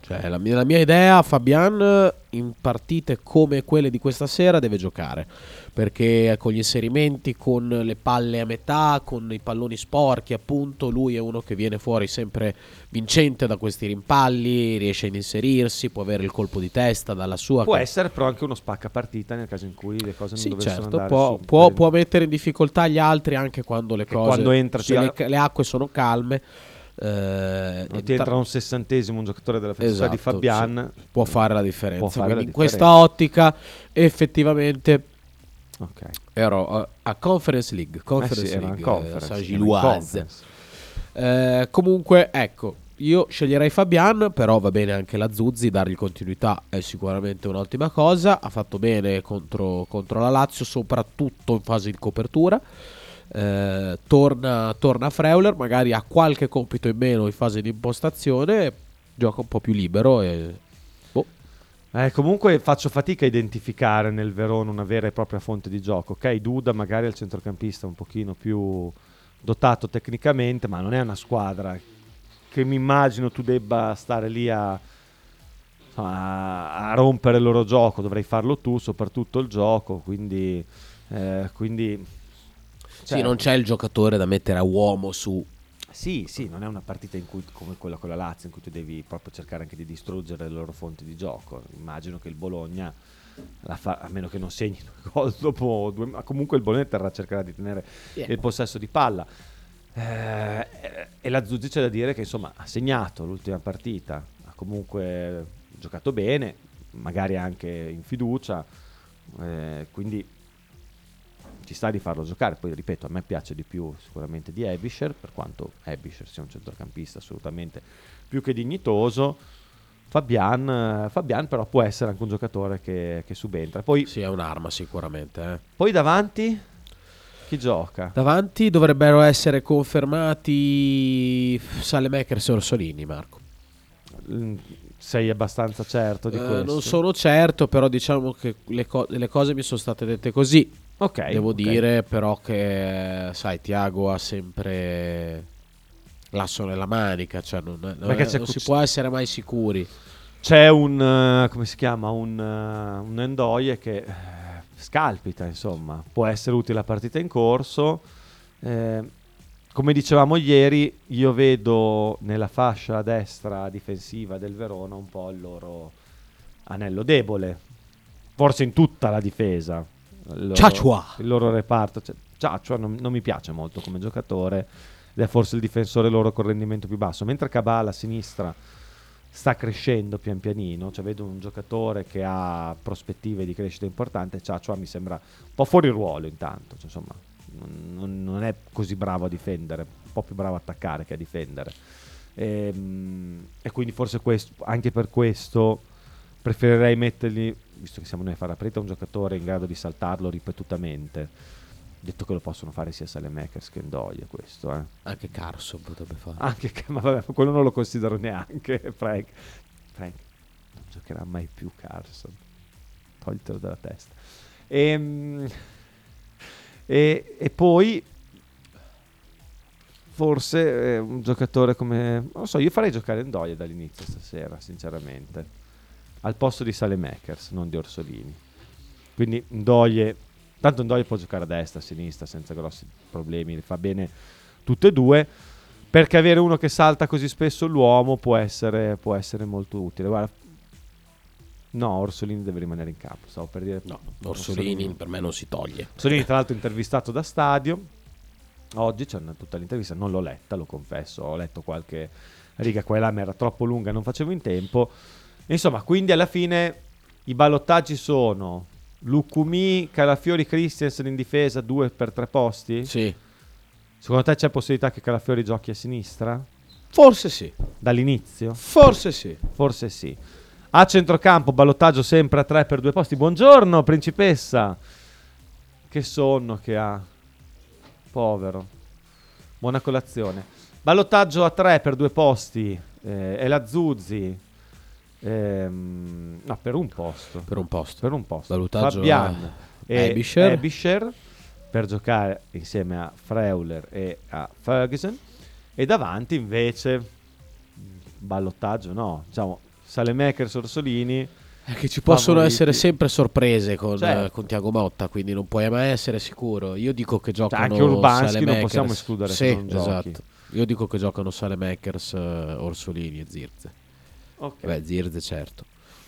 Cioè, la mia idea, Fabian in partite come quelle di questa sera deve giocare, perché con gli inserimenti, con le palle a metà, con i palloni sporchi, appunto, lui è uno che viene fuori sempre vincente da questi rimpalli, riesce ad inserirsi, può avere il colpo di testa dalla sua. Può essere però anche uno spacca partita nel caso in cui le cose non dovessero certo, andare può mettere in difficoltà gli altri anche quando le cose, quando entra le acque sono calme. Non ti entra un 60esimo un giocatore della di Fabian, può fare la differenza. Quindi in questa ottica effettivamente ero a Conference League, Saint-Gilloise. Comunque ecco, io sceglierei Fabian, però va bene anche la Zuzzi, dargli continuità è sicuramente un'ottima cosa. Ha fatto bene contro la Lazio, soprattutto in fase di copertura. Torna Freuler, magari ha qualche compito in meno in fase di impostazione, gioca un po' più libero e comunque faccio fatica a identificare nel Verona una vera e propria fonte di gioco. Ok, Duda magari è il centrocampista un pochino più dotato tecnicamente, ma non è una squadra che mi immagino tu debba stare lì a rompere il loro gioco. Dovrei farlo tu, soprattutto il gioco, quindi sì, non c'è il giocatore da mettere a uomo su. Sì, non è una partita in cui, come quella con la Lazio, in cui tu devi proprio cercare anche di distruggere le loro fonti di gioco. Immagino che il Bologna a meno che non segni gol dopo ma comunque il Bologna cercherà di tenere il possesso di palla. E la Zuzzi c'è da dire che insomma ha segnato l'ultima partita, ha comunque giocato bene, magari anche in fiducia, quindi ci sta di farlo giocare. Poi ripeto, a me piace di più sicuramente di Ebischer, per quanto Ebischer sia un centrocampista assolutamente più che dignitoso. Fabian però può essere anche un giocatore che subentra. Poi sì, è un'arma sicuramente. Poi davanti chi gioca? Davanti dovrebbero essere confermati Saelemaekers e Orsolini, Marco. Sei abbastanza certo di questo? Non sono certo, però diciamo che le cose mi sono state dette così. Devo dire però che sai, Thiago ha sempre l'asso nella manica, cioè non si può essere mai sicuri. C'è un come si chiama, un Endoye che scalpita, insomma, può essere utile la partita in corso. Come dicevamo ieri, io vedo nella fascia destra difensiva del Verona un po' il loro anello debole, forse in tutta la difesa. Il loro reparto. Ciaccia non mi piace molto come giocatore ed è forse il difensore loro con rendimento più basso, mentre Cabal a sinistra sta crescendo pian pianino, cioè vedo un giocatore che ha prospettive di crescita importante. Ciaccia mi sembra un po' fuori ruolo intanto, cioè, insomma non è così bravo a difendere, un po' più bravo a attaccare che a difendere, e quindi forse anche per questo preferirei mettergli, visto che siamo noi a fare la partita, un giocatore in grado di saltarlo ripetutamente, detto che lo possono fare sia Saelemaekers che Endoye, questo anche Carson potrebbe fare, ma vabbè, quello non lo considero neanche. Frank non giocherà mai più Carson, toglitelo dalla testa. E poi forse un giocatore come, non lo so, io farei giocare Endoye dall'inizio stasera sinceramente, al posto di Saelemaekers, non di Orsolini. Quindi Endoye può giocare a destra, a sinistra senza grossi problemi, fa bene tutte e due, perché avere uno che salta così spesso l'uomo può essere molto utile. Guarda, no, Orsolini deve rimanere in campo, stavo per dire. No, Orsolini per me non si toglie. Orsolini tra l'altro intervistato da Stadio oggi, c'è tutta l'intervista, non l'ho letta, lo confesso, ho letto qualche riga qua e là, ma era troppo lunga, non facevo in tempo. Insomma, quindi alla fine i ballottaggi sono Lucumi, Calafiori, Christensen in difesa, 2 per 3 posti? Sì. Secondo te c'è possibilità che Calafiori giochi a sinistra? Forse sì. Dall'inizio? Forse sì. Forse sì. A centrocampo, ballottaggio sempre a 3 per 2 posti. Buongiorno, principessa. Che sonno che ha. Povero. Buona colazione. Ballottaggio a 3 per 2 posti. E la Zuzzi. No, per un posto. Per un posto. Ballottaggio Fabian e Ebischer per giocare insieme a Freuler e a Ferguson. E davanti invece ballottaggio no, diciamo Saelemaekers, Orsolini, che ci possono favoriti. essere sempre sorprese Certo. con Thiago Motta, quindi non puoi mai essere sicuro. Io dico che giocano anche Urbanski non Saelemaekers. possiamo escludere sì, che non giochi. esatto. Io dico che giocano Saelemaekers, Orsolini e Zirze. Ok. Beh, Zirze certo.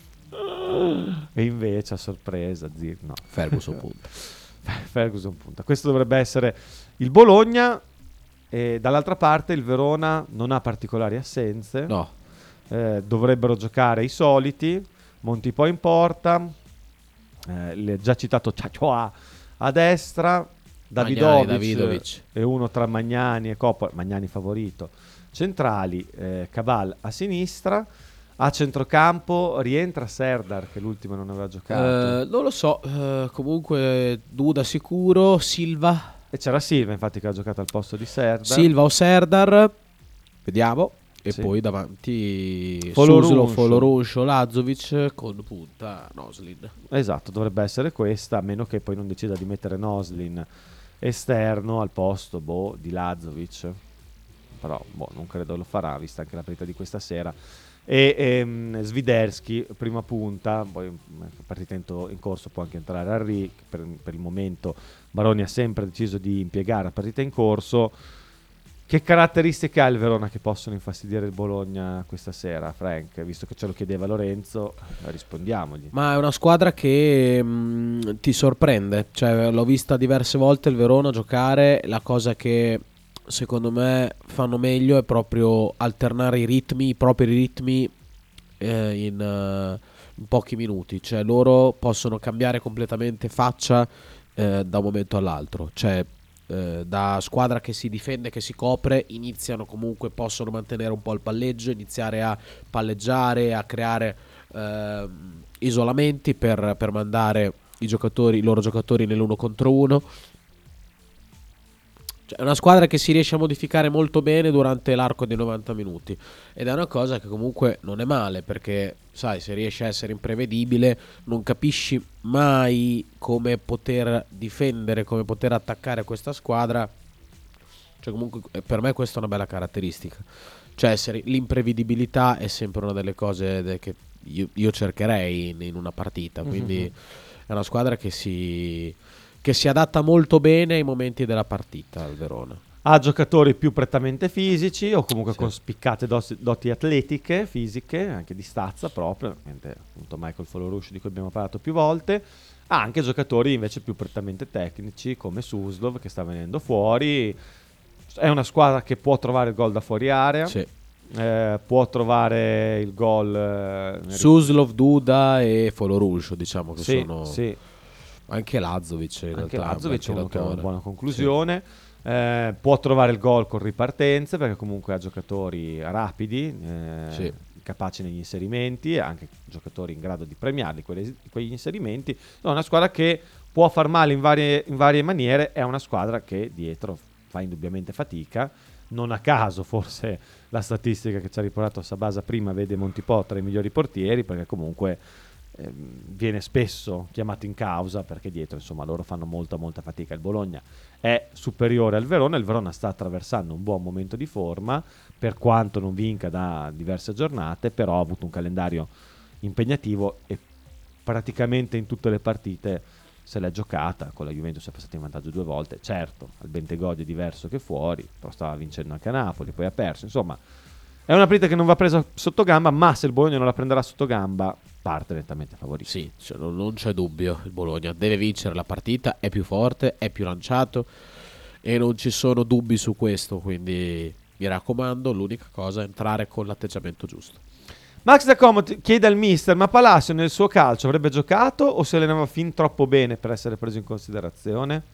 E invece a sorpresa no. Ferguson punta. Ferguson punta. Questo dovrebbe essere il Bologna, e dall'altra parte il Verona non ha particolari assenze. No. Dovrebbero giocare i soliti. Montipò in porta, il già citato Ciacioa a destra, Davidovic e uno tra Magnani e Coppa, Magnani favorito, centrali, Cabal a sinistra. A centrocampo rientra Serdar, che l'ultimo non aveva giocato. Non lo so, comunque Duda sicuro, Silva. E c'era Silva infatti che ha giocato al posto di Serdar. Silva o Serdar, vediamo. E Sì. poi davanti Folorunsho. Folorunsho, Lazovic con punta Noslin. Esatto, dovrebbe essere questa, a meno che poi non decida di mettere Noslin esterno al posto di Lazovic. Però non credo lo farà, vista anche la partita di questa sera. E Swiderski, prima punta, poi partita in corso può anche entrare Arri, per il momento Baroni ha sempre deciso di impiegare la partita in corso. Che caratteristiche ha il Verona che possono infastidire il Bologna questa sera, Frank? Visto che ce lo chiedeva Lorenzo, rispondiamogli. Ma è una squadra che ti sorprende, cioè l'ho vista diverse volte il Verona giocare, la cosa che secondo me fanno meglio è proprio alternare i propri ritmi in pochi minuti, cioè loro possono cambiare completamente faccia da un momento all'altro, cioè da squadra che si difende, che si copre, possono mantenere un po' il palleggio, iniziare a palleggiare, a creare isolamenti per mandare i loro giocatori nell'uno contro uno. Cioè, è una squadra che si riesce a modificare molto bene durante l'arco dei 90 minuti ed è una cosa che comunque non è male, perché sai, se riesci a essere imprevedibile non capisci mai come poter difendere, come poter attaccare questa squadra. Cioè comunque per me questa è una bella caratteristica, cioè l'imprevedibilità è sempre una delle cose che io cercherei in una partita, quindi è una squadra che si adatta molto bene ai momenti della partita, al Verona. Ha giocatori più prettamente fisici o comunque con spiccate doti atletiche, fisiche, anche di stazza proprio, mentre appunto Michael Folorunsho, di cui abbiamo parlato più volte. Ha anche giocatori invece più prettamente tecnici come Suslov, che sta venendo fuori. È una squadra che può trovare il gol da fuori area, può trovare il gol Suslov, Duda e Folorunsho, diciamo che sono... Sì. Anche Lazovic in anche realtà, Lazovic è una buona conclusione. Può trovare il gol con ripartenze, perché comunque ha giocatori rapidi, capaci negli inserimenti, anche giocatori in grado di premiarli quegli inserimenti. È una squadra che può far male in varie maniere, è una squadra che dietro fa indubbiamente fatica. Non a caso forse la statistica che ci ha riportato Sabasa prima vede Montipò tra i migliori portieri, perché comunque viene spesso chiamato in causa, perché dietro insomma loro fanno molta fatica. Il Bologna è superiore al Verona, il Verona sta attraversando un buon momento di forma, per quanto non vinca da diverse giornate, però ha avuto un calendario impegnativo e praticamente in tutte le partite se l'è giocata. Con la Juventus è passata in vantaggio 2 volte, certo al Bentegodi è diverso che fuori, però stava vincendo anche a Napoli, poi ha perso. Insomma è una partita che non va presa sotto gamba, ma se il Bologna non la prenderà sotto gamba parte lentamente favorito. Sì, cioè non c'è dubbio, il Bologna deve vincere la partita, è più forte, è più lanciato e non ci sono dubbi su questo, quindi mi raccomando, l'unica cosa è entrare con l'atteggiamento giusto. Max da Como chiede al mister: ma Palacio nel suo calcio avrebbe giocato o si allenava fin troppo bene per essere preso in considerazione?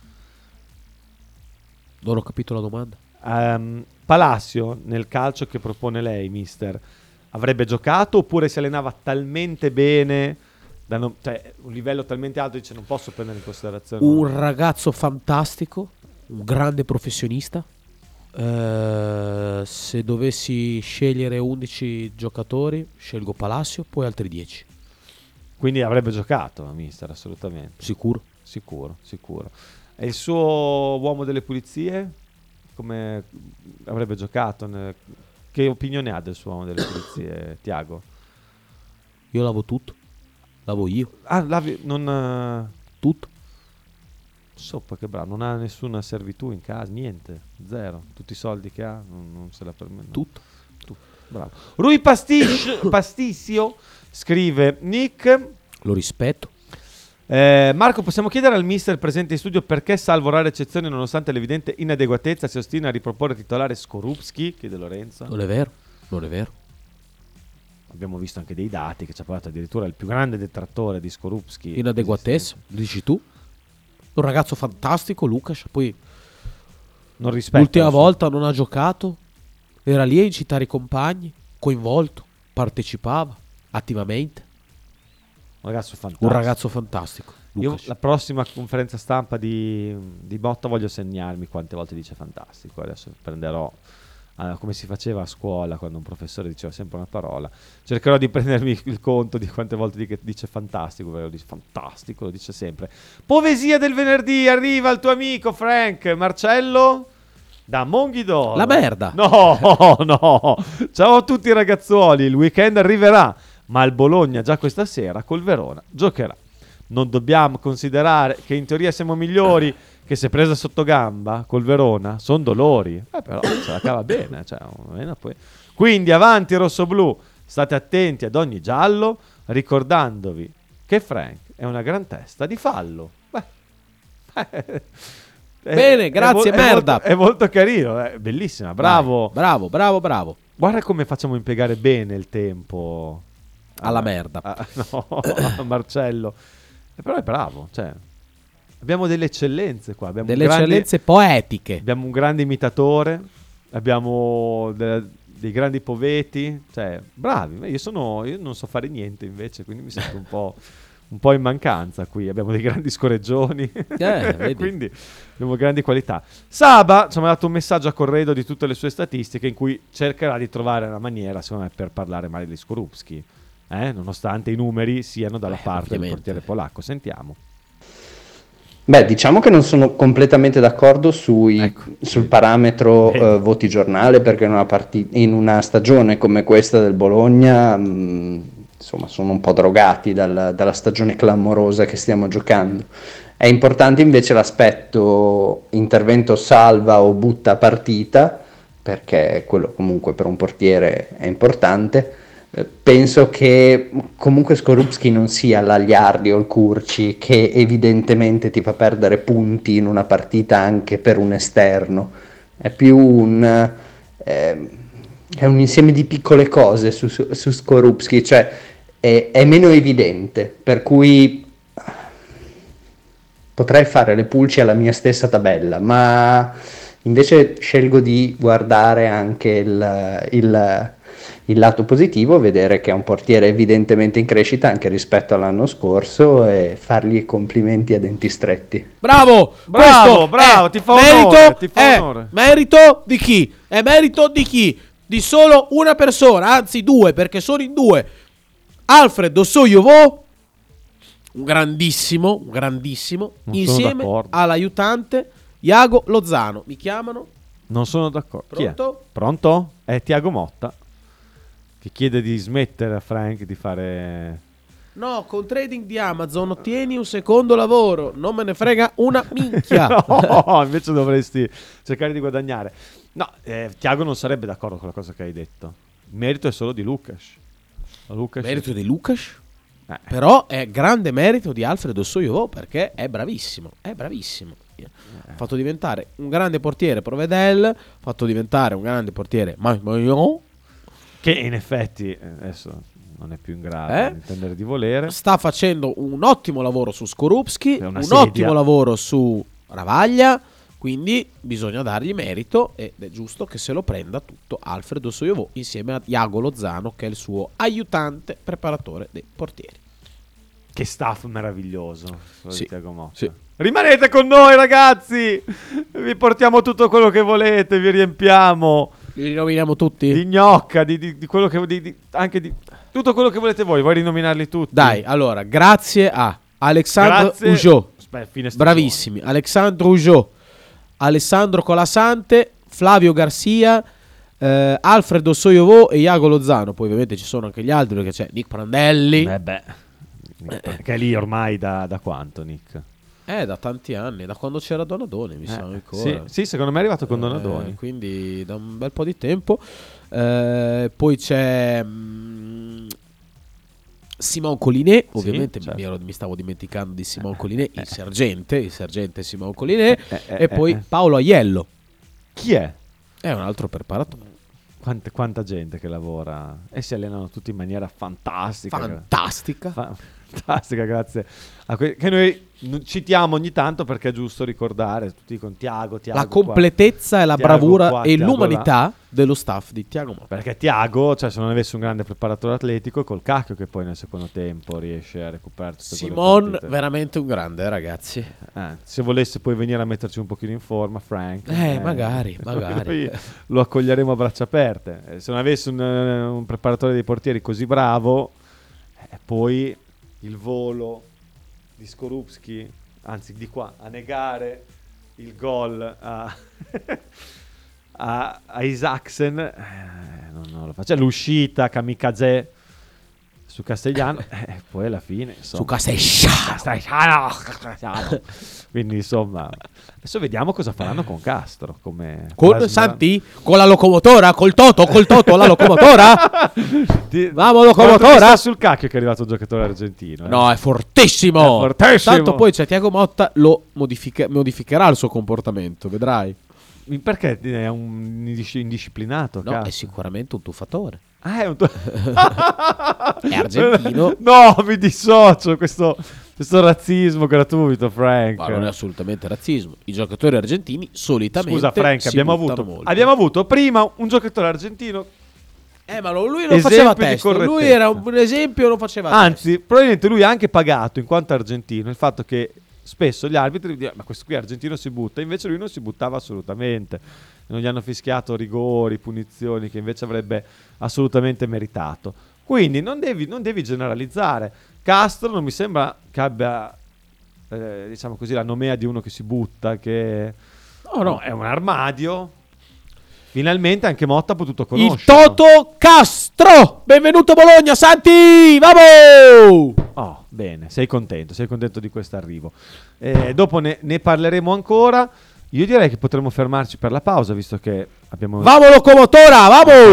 Non ho capito la domanda. Palacio nel calcio che propone lei, mister, avrebbe giocato oppure si allenava talmente bene cioè un livello talmente alto, dice non posso prendere in considerazione? Un ragazzo fantastico, un grande professionista. Se dovessi scegliere 11 giocatori scelgo Palacio, poi altri 10. Quindi avrebbe giocato, mister, assolutamente. Sicuro. E il suo uomo delle pulizie come avrebbe giocato? Che opinione ha del suo uomo delle pulizie, Tiago? Io lavo tutto. Lavo io. Non tutto. Sopra che bravo, non ha nessuna servitù in casa, niente, zero. Tutti i soldi che ha non se la permette. Tutto. Bravo. Rui Pastissio scrive: Nick, lo rispetto. Marco, possiamo chiedere al mister presente in studio perché, salvo rare eccezioni, nonostante l'evidente inadeguatezza, si ostina a riproporre titolare Skorupski? Chiede Lorenzo. Non è vero. Abbiamo visto anche dei dati che ci ha parlato addirittura il più grande detrattore di Skorupski. Inadeguatezza, dici tu? Un ragazzo fantastico, Lucas. Poi non rispetta. L'ultima volta non ha giocato, era lì a incitare i compagni, coinvolto, partecipava attivamente. Un ragazzo fantastico. Io la prossima conferenza stampa di Botta voglio segnarmi quante volte dice fantastico. Adesso prenderò come si faceva a scuola quando un professore diceva sempre una parola. Cercherò di prendermi il conto di quante volte dice fantastico, perché lo dice fantastico, lo dice sempre. Poesia del venerdì, arriva il tuo amico Frank Marcello da Monghidoro. La merda. No. Ciao a tutti ragazzuoli, il weekend arriverà, ma il Bologna già questa sera col Verona giocherà. Non dobbiamo considerare che in teoria siamo migliori, che se presa sotto gamba col Verona sono dolori, però se la cava bene, poi. Quindi avanti rossoblù, state attenti ad ogni giallo, ricordandovi che Frank è una gran testa di fallo. Bene, grazie, merda. È molto carino, bellissima, bravo. Bravo. Guarda come facciamo impiegare bene il tempo alla merda. A Marcello. Però è bravo, abbiamo delle eccellenze qua, abbiamo eccellenze poetiche. Abbiamo un grande imitatore, abbiamo dei grandi poveti, bravi. Io non so fare niente invece, quindi mi sento un po' in mancanza qui. Abbiamo dei grandi scorreggioni, quindi abbiamo grandi qualità. Saba ci ha dato un messaggio a corredo di tutte le sue statistiche in cui cercherà di trovare una maniera, secondo me, per parlare male di Skorupski, nonostante i numeri siano dalla parte del portiere polacco. Sentiamo. Diciamo che non sono completamente d'accordo sul parametro voti giornale, perché in una stagione come questa del Bologna insomma sono un po' drogati dalla stagione clamorosa che stiamo giocando. È importante invece l'aspetto intervento salva o butta partita, perché quello comunque per un portiere è importante. Penso che comunque Skorupski non sia l'Agliardi o il Curci che evidentemente ti fa perdere punti in una partita anche per un esterno. È più è un insieme di piccole cose su Skorupski, è meno evidente, per cui potrei fare le pulci alla mia stessa tabella, ma invece scelgo di guardare anche il lato positivo, vedere che è un portiere evidentemente in crescita anche rispetto all'anno scorso e fargli i complimenti a denti stretti. Bravo, ti fa onore. Merito di chi? È merito di chi? Di solo una persona, anzi due, perché sono in due. Alfred Ossoiovo, un grandissimo, non insieme all'aiutante Iago Lozano. Mi chiamano? Non sono d'accordo. Pronto? Chi è? Pronto? È Tiago Motta, che chiede di smettere a Frank di fare... No, con trading di Amazon ottieni un secondo lavoro. Non me ne frega una minchia. No, invece dovresti cercare di guadagnare. No, Tiago non sarebbe d'accordo con la cosa che hai detto. Il merito è solo di Lucas. Merito di Lucas? Però è grande merito di Alfredo Ossoiovo, perché è bravissimo. Ha fatto diventare un grande portiere Provedel, ha fatto diventare un grande portiere Magnon, che in effetti adesso non è più in grado di intendere di volere. Sta facendo un ottimo lavoro su Skorupski, ottimo lavoro su Ravaglia, quindi bisogna dargli merito ed è giusto che se lo prenda tutto Alfredo Ossoiovo insieme a Iago Lozano, che è il suo aiutante preparatore dei portieri. Che staff meraviglioso, sì. Tiago Motta. Sì. Rimanete con noi ragazzi, vi portiamo tutto quello che volete, vi riempiamo. Li rinominiamo tutti? Di gnocca, di quello che anche di tutto quello che volete voi. Vuoi rinominarli tutti? Dai, allora, grazie a Alexandre Ujot, bravissimi, Alexandre Ujot, Alessandro Colasante, Flavio Garcia, Alfredo Soiovo e Iago Lozano. Poi ovviamente ci sono anche gli altri, perché c'è Nick Prandelli. Che è lì ormai da quanto, Nick? Da tanti anni, da quando c'era Donadoni, mi sa ancora. Sì, secondo me è arrivato con Donadoni. Quindi da un bel po' di tempo. Poi c'è Simon Collinet, ovviamente certo. Mi stavo dimenticando di Simon Collinet, il sergente Simon Collinet, e poi Paolo Aiello. Chi è? È un altro preparatore. Quanta gente che lavora e si allenano tutti in maniera fantastica, grazie che noi citiamo ogni tanto, perché è giusto ricordare tutti con Tiago la completezza qua, e la Tiago bravura qua, e Tiago l'umanità là. dello staff di Tiago Motta. Perché Tiago, se non avesse un grande preparatore atletico, col cacchio che poi nel secondo tempo riesce a recuperare tutte Simon veramente un grande, ragazzi. Se volesse poi venire a metterci un pochino in forma, Frank, magari lo accoglieremo a braccia aperte. Se non avesse un preparatore dei portieri così bravo, poi il volo di Skorupski, anzi di qua, a negare il gol a Isaacsen, non lo faccia. L'uscita kamikaze su Castellano, poi alla fine su Castellano. Quindi insomma, adesso vediamo cosa faranno con Castro, con Santi, con la locomotora, col Toto la locomotora. Vamo locomotora. Sta sul cacchio che è arrivato il giocatore argentino. No, è fortissimo. Tanto poi c'è Tiago Motta, lo modificherà il suo comportamento, vedrai. Perché è un indisciplinato? No, è sicuramente un tuffatore. È argentino. No, mi dissocio questo razzismo gratuito, Frank. Ma non è assolutamente razzismo. I giocatori argentini solitamente. Scusa, Frank, abbiamo avuto prima un giocatore argentino. Ma lui non faceva testo. Lui era un esempio, non faceva testo. Anzi, probabilmente lui ha anche pagato, in quanto argentino, il fatto che spesso gli arbitri dicono: ma questo qui argentino si butta. Invece lui non si buttava assolutamente. Non gli hanno fischiato rigori, punizioni che invece avrebbe assolutamente meritato. Quindi non devi generalizzare. Castro non mi sembra che abbia diciamo così la nomea di uno che si butta, che no, è un armadio. Finalmente anche Motta ha potuto conoscere il Toto Castro. Benvenuto a Bologna, Santi, vamo! Oh, bene, sei contento di questo arrivo. Dopo ne parleremo ancora. Io direi che potremmo fermarci per la pausa, visto che abbiamo locomotora,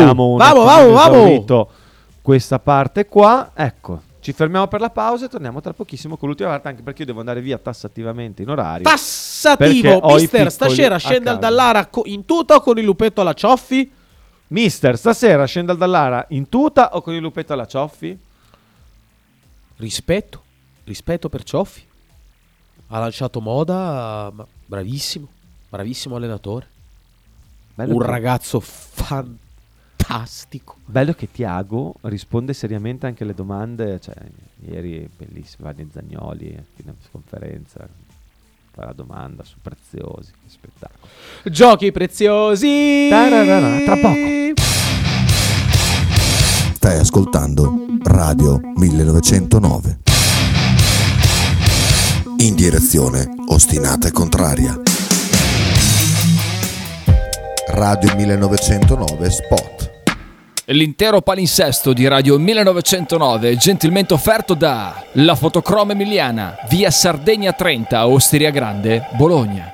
vamo questa parte qua. Ecco, ci fermiamo per la pausa e torniamo tra pochissimo con l'ultima parte, anche perché io devo andare via tassativamente in orario. Tassativo, mister, stasera scende al Dallara in tuta o con il lupetto alla Cioffi? Mister, stasera scende al Dallara in tuta o con il lupetto alla Cioffi? Rispetto per Cioffi. Ha lanciato moda, bravissimo allenatore. Un ragazzo fantastico. Bello che Tiago risponde seriamente anche alle domande. Cioè, ieri bellissimo, Vanni Zagnoli a fine conferenza fa la domanda su Preziosi. Che spettacolo. Giochi preziosi. Tra poco. Stai ascoltando Radio 1909. In direzione ostinata e contraria. Radio 1909 Spot. L'intero palinsesto di Radio 1909 gentilmente offerto da La Fotocroma Emiliana, via Sardegna 30, Osteria Grande, Bologna.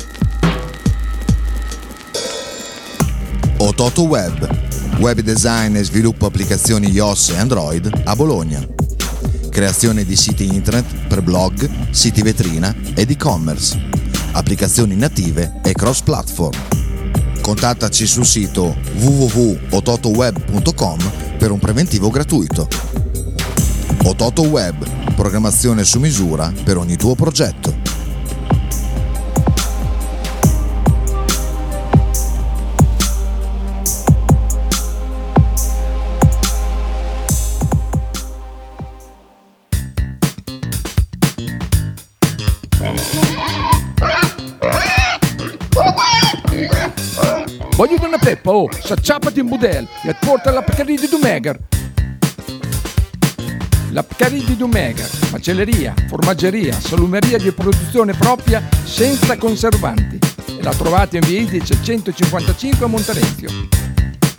Ototo Web design e sviluppo applicazioni iOS e Android a Bologna. Creazione di siti internet per blog, siti vetrina ed e-commerce, applicazioni native e cross-platform. Contattaci sul sito www.ototoweb.com per un preventivo gratuito. Ototo Web, programmazione su misura per ogni tuo progetto. Voglio una peppa, s'acciappati in budel e porta la Pcaridi di Dumegar. La Pcaridi di Dumegar, macelleria, formaggeria, salumeria di produzione propria senza conservanti. E la trovate in via Idice 155 a Monterezio.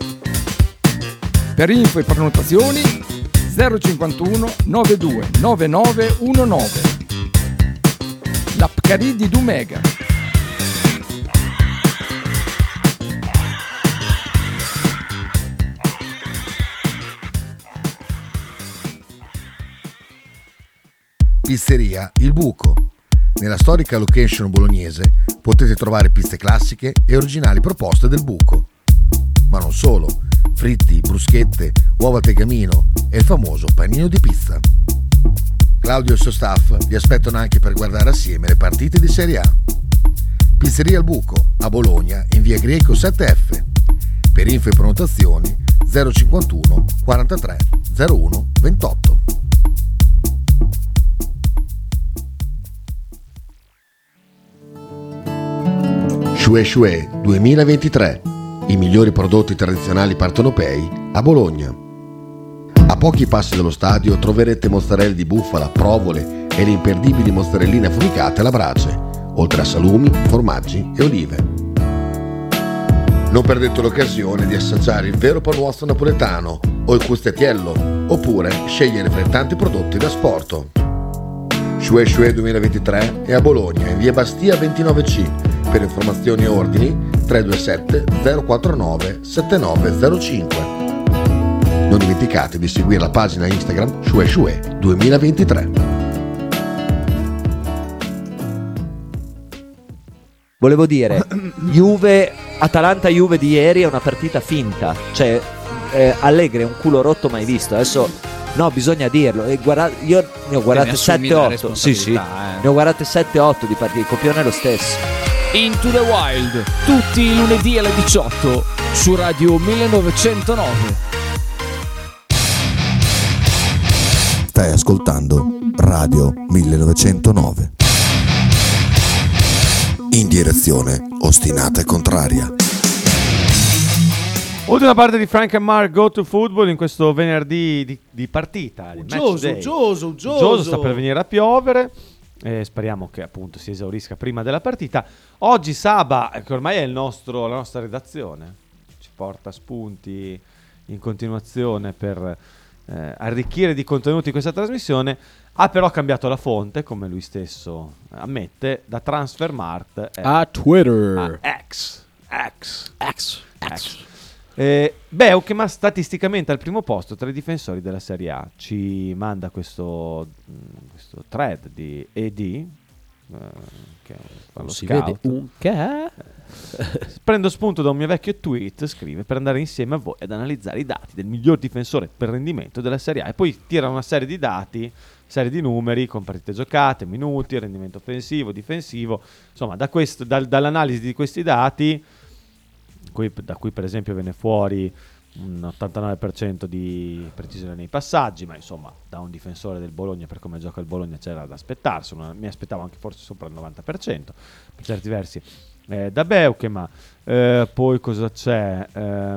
Per info e prenotazioni 051 92 9919. La Pcari di Dumega. Pizzeria Il Buco. Nella storica location bolognese potete trovare pizze classiche e originali proposte del Buco. Ma non solo, fritti, bruschette, uova al tegamino e il famoso panino di pizza. Claudio e il suo staff vi aspettano anche per guardare assieme le partite di Serie A. Pizzeria Il Buco, a Bologna, in via Greco 7F. Per info e prenotazioni 051 43 01 28. Shue Shue 2023. I migliori prodotti tradizionali partenopei a Bologna. A pochi passi dallo stadio troverete mozzarella di bufala, provole e le imperdibili mozzarelline affumicate alla brace, oltre a salumi, formaggi e olive. Non perdete l'occasione di assaggiare il vero panuozzo napoletano o il custettiello, oppure scegliere fra i tanti prodotti da sport. Shue Shue 2023 è a Bologna, in via Bastia 29C. Per informazioni e ordini 327 049 7905. Non dimenticate di seguire la pagina Instagram Shue Shue 2023. Volevo dire, Atalanta-Juve di ieri è una partita finta, cioè Allegri è un culo rotto mai visto. Adesso no, bisogna dirlo. E io ne ho guardate 7-8. Sì. Ne ho guardate 7-8 di partite, il copione è lo stesso. Into the Wild, tutti i lunedì alle 18 su Radio 1909. Stai ascoltando Radio 1909. In direzione ostinata e contraria. Ultima parte di Frank and Mark Go to Football in questo venerdì di partita. Uggioso, sta per venire a piovere. Speriamo che appunto si esaurisca prima della partita. Oggi Saba, che ormai è la nostra redazione, ci porta spunti in continuazione per arricchire di contenuti questa trasmissione, ha però cambiato la fonte, come lui stesso ammette, da Transfermarkt a Twitter a X. Beukema statisticamente al primo posto tra i difensori della Serie A. Ci manda questo thread di ED, che non si vede un che. Prendo spunto da un mio vecchio tweet, scrive, per andare insieme a voi ad analizzare i dati del miglior difensore per rendimento della Serie A, e poi tira una serie di dati, serie di numeri con partite giocate, minuti, rendimento offensivo, difensivo, insomma dall'analisi di questi dati, da cui per esempio viene fuori un 89% di precisione nei passaggi, ma insomma da un difensore del Bologna, per come gioca il Bologna, c'era da aspettarsi, mi aspettavo anche forse sopra il 90% per certi versi da Beukema. Poi cosa c'è?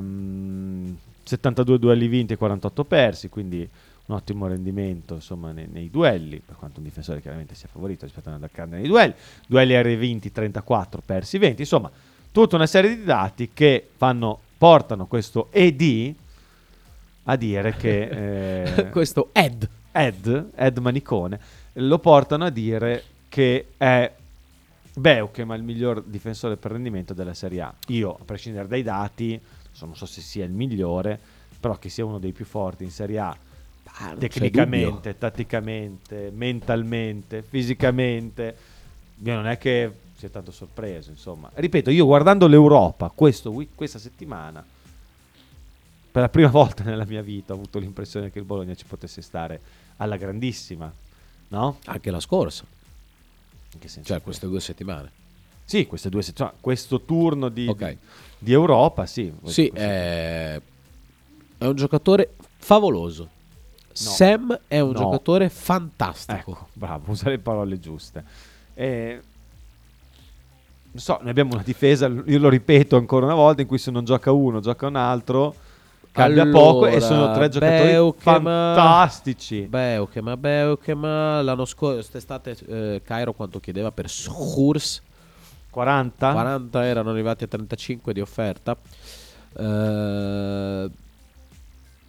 72 duelli vinti e 48 persi, quindi un ottimo rendimento insomma nei duelli, per quanto un difensore chiaramente sia favorito rispetto a una carne nei duelli aerei vinti 34, persi 20, insomma tutta una serie di dati che portano questo ED a dire che questo Ed Manicone lo portano a dire che è Beukema il miglior difensore per rendimento della Serie A. Io, a prescindere dai dati, non so se sia il migliore, però che sia uno dei più forti in Serie A, tecnicamente, tatticamente, mentalmente, fisicamente, io non è che sia tanto sorpreso, insomma. Ripeto, io guardando l'Europa questa settimana, per la prima volta nella mia vita ho avuto l'impressione che il Bologna ci potesse stare alla grandissima, no? Anche la scorsa. In che senso? Cioè queste 2 settimane. Sì, queste 2 settimane, questo turno di Europa, sì. Sì, è un giocatore favoloso. No. Sam è un giocatore fantastico. Ecco, bravo, usare le parole giuste. Non so, noi abbiamo una difesa, io lo ripeto ancora una volta, in cui se non gioca uno, gioca un altro, cambia poco, e sono 3 giocatori fantastici. Beukema l'anno scorso, quest'estate Cairo quanto chiedeva per Schurz? 40 erano arrivati a 35 di offerta.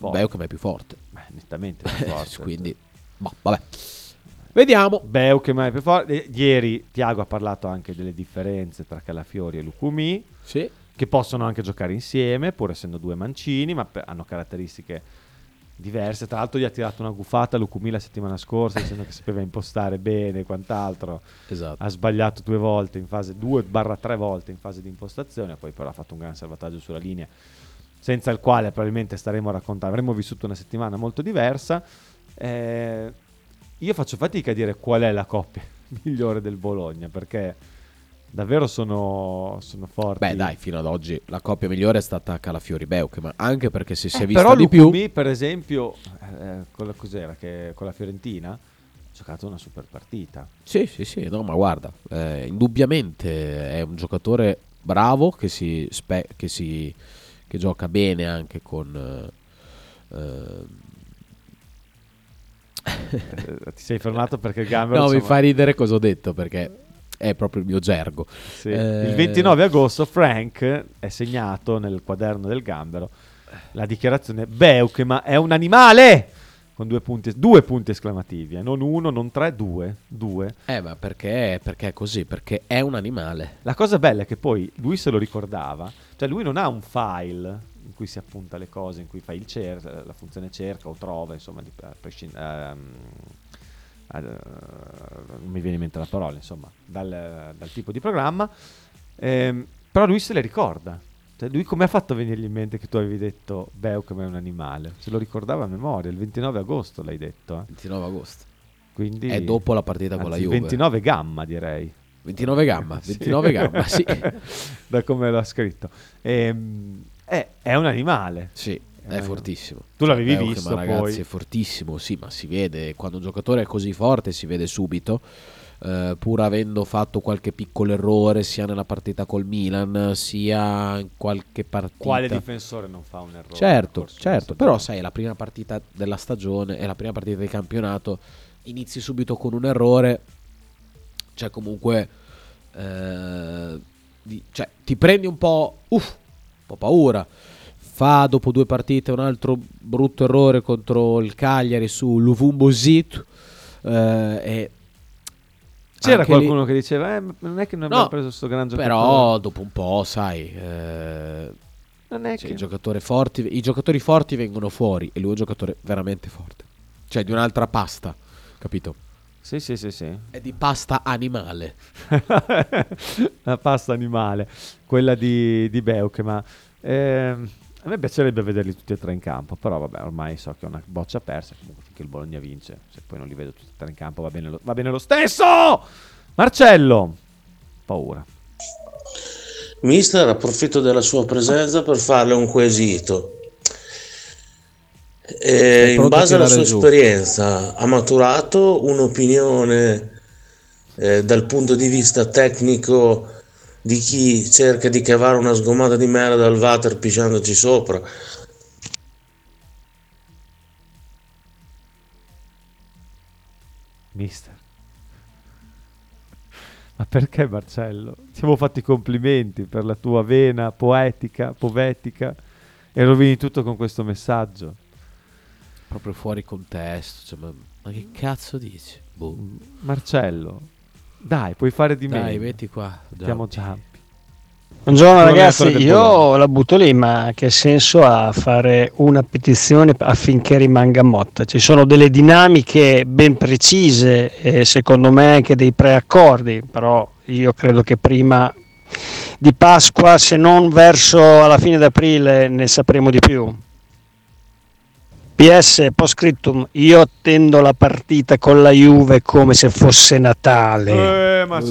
forte. Beukema è più forte. Nettamente più forte. Quindi, vabbè. Vediamo. Beukema è più forte. Ieri Tiago ha parlato anche delle differenze tra Calafiori e Lucumí, sì, che possono anche giocare insieme, pur essendo due mancini, ma hanno caratteristiche diverse. Tra l'altro gli ha tirato una gufata a Lucumí la settimana scorsa, dicendo che sapeva impostare bene e quant'altro. Esatto. Ha sbagliato 2 volte in fase 2/3 volte in fase di impostazione, poi però ha fatto un gran salvataggio sulla linea, senza il quale probabilmente staremo a raccontare, avremmo vissuto una settimana molto diversa. Io faccio fatica a dire qual è la coppia migliore del Bologna, perché davvero sono forti. Beh dai, fino ad oggi la coppia migliore è stata Calafiori-Beukema, anche perché se si è però vista di più. Lucumí, per esempio, con la Fiorentina ha giocato una super partita. Sì, no, ma guarda, indubbiamente è un giocatore bravo che gioca bene anche con Ti sei fermato perché il Gambero... No, insomma... mi fa ridere cosa ho detto, perché è proprio il mio gergo. Sì. Il 29 agosto Frank è segnato nel quaderno del Gambero la dichiarazione: Beukema è un animale! Con 2 punti esclamativi, non 1, non 3, 2. Ma perché è così? Perché è un animale. La cosa bella è che poi lui se lo ricordava, cioè lui non ha un file in cui si appunta le cose, in cui fa la funzione cerca o trova, insomma, non mi viene in mente la parola, insomma, dal tipo di programma, però lui se le ricorda. Cioè lui come ha fatto a venirgli in mente che tu avevi detto Beukema è un animale? Se lo ricordava a memoria, il 29 agosto l'hai detto. 29 agosto. Quindi è dopo la partita con la Juve. 29 gamma, direi. 29 gamma, sì. Da come l'ha scritto. È un animale. Sì, è fortissimo. Tu l'avevi visto, ragazzi, poi. è fortissimo, sì, ma si vede quando un giocatore è così forte, si vede subito. Pur avendo fatto qualche piccolo errore sia nella partita col Milan sia in qualche partita. Quale difensore non fa un errore? Certo, però sai, è la prima partita della stagione, è la prima partita del campionato, inizi subito con un errore, cioè comunque ti prendi un po' paura. Fa dopo 2 partite un altro brutto errore contro il Cagliari su Luvumbosit, e c'era qualcuno che diceva non è che non abbiamo preso questo gran giocatore, però dopo un po', sai, non è che i giocatori forti vengono fuori, e lui è un giocatore veramente forte, cioè di un'altra pasta, capito? Sì. È di pasta animale. La pasta animale, quella di Beukema. A me piacerebbe vederli tutti e 3 in campo, però vabbè, ormai so che è una boccia persa. Comunque finché il Bologna vince, se poi non li vedo tutti e 3 in campo va bene lo stesso. Marcello, paura. Mister, approfitto della sua presenza per farle un quesito. In base alla sua esperienza, ha maturato un'opinione dal punto di vista tecnico di chi cerca di cavare una sgomata di merda dal water pisciandoci sopra? Mister, ma perché Marcello? Ti avevo fatto i complimenti per la tua vena poetica e rovini tutto con questo messaggio. Proprio fuori contesto, cioè, ma che cazzo dici? Boh. Marcello, dai, puoi fare di me. Dai, metti qua. Chiamo Giampi. Buongiorno ragazzi, io la butto lì, ma che senso ha fare una petizione affinché rimanga Motta? Ci sono delle dinamiche ben precise e secondo me anche dei preaccordi, però io credo che prima di Pasqua, se non verso alla fine d'aprile, ne sapremo di più. PS, post scriptum, io attendo la partita con la Juve come se fosse Natale. Ma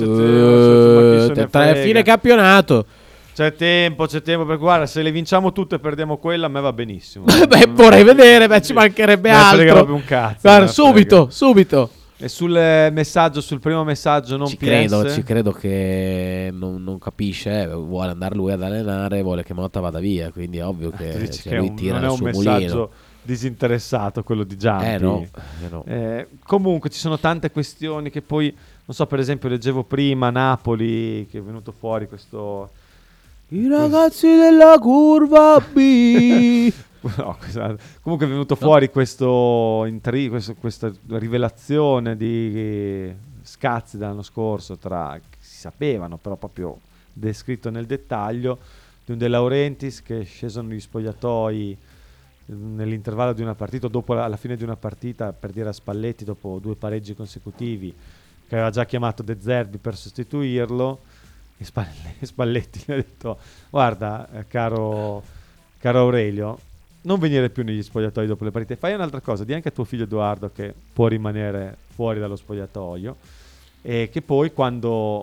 fine campionato. C'è tempo, perché guarda, se le vinciamo tutte e perdiamo quella, a me va benissimo. Beh, vorrei vedere, ci mancherebbe altro. Frega proprio un cazzo. Guarda, subito. E sul primo messaggio non ci credo che non capisce, vuole andare lui ad allenare, vuole che Motta vada via, quindi è ovvio che lui tira il suo mulino. Non è un messaggio disinteressato quello di Giampi. No. Comunque ci sono tante questioni che poi, non so, per esempio leggevo prima Napoli, che è venuto fuori questo... I ragazzi della curva B. No, comunque è venuto fuori questa rivelazione di scazzi dell'anno scorso che si sapevano, però proprio descritto nel dettaglio, di un De Laurentiis che è sceso negli spogliatoi nell'intervallo di una partita, alla fine di una partita, per dire a Spalletti, dopo 2 pareggi consecutivi, che aveva già chiamato De Zerbi per sostituirlo, e Spalletti gli ha detto: guarda, caro Aurelio, non venire più negli spogliatoi dopo le partite, fai un'altra cosa, di anche a tuo figlio Edoardo che può rimanere fuori dallo spogliatoio, e che poi quando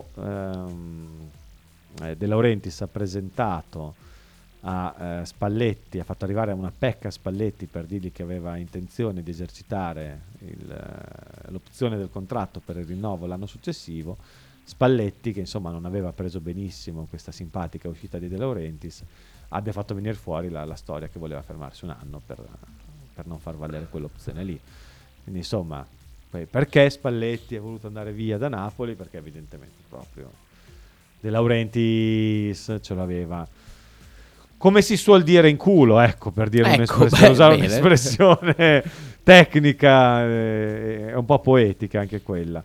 De Laurentiis ha presentato a Spalletti, ha fatto arrivare una pecca a Spalletti per dirgli che aveva intenzione di esercitare l'opzione del contratto per il rinnovo l'anno successivo, Spalletti, che insomma non aveva preso benissimo questa simpatica uscita di De Laurentiis, abbia fatto venire fuori la storia che voleva fermarsi un anno per non far valere quell'opzione lì. Quindi insomma, perché Spalletti ha voluto andare via da Napoli? Perché evidentemente proprio De Laurentiis ce l'aveva, come si suol dire, in culo, ecco, per dire usare un'espressione tecnica e un po' poetica anche quella.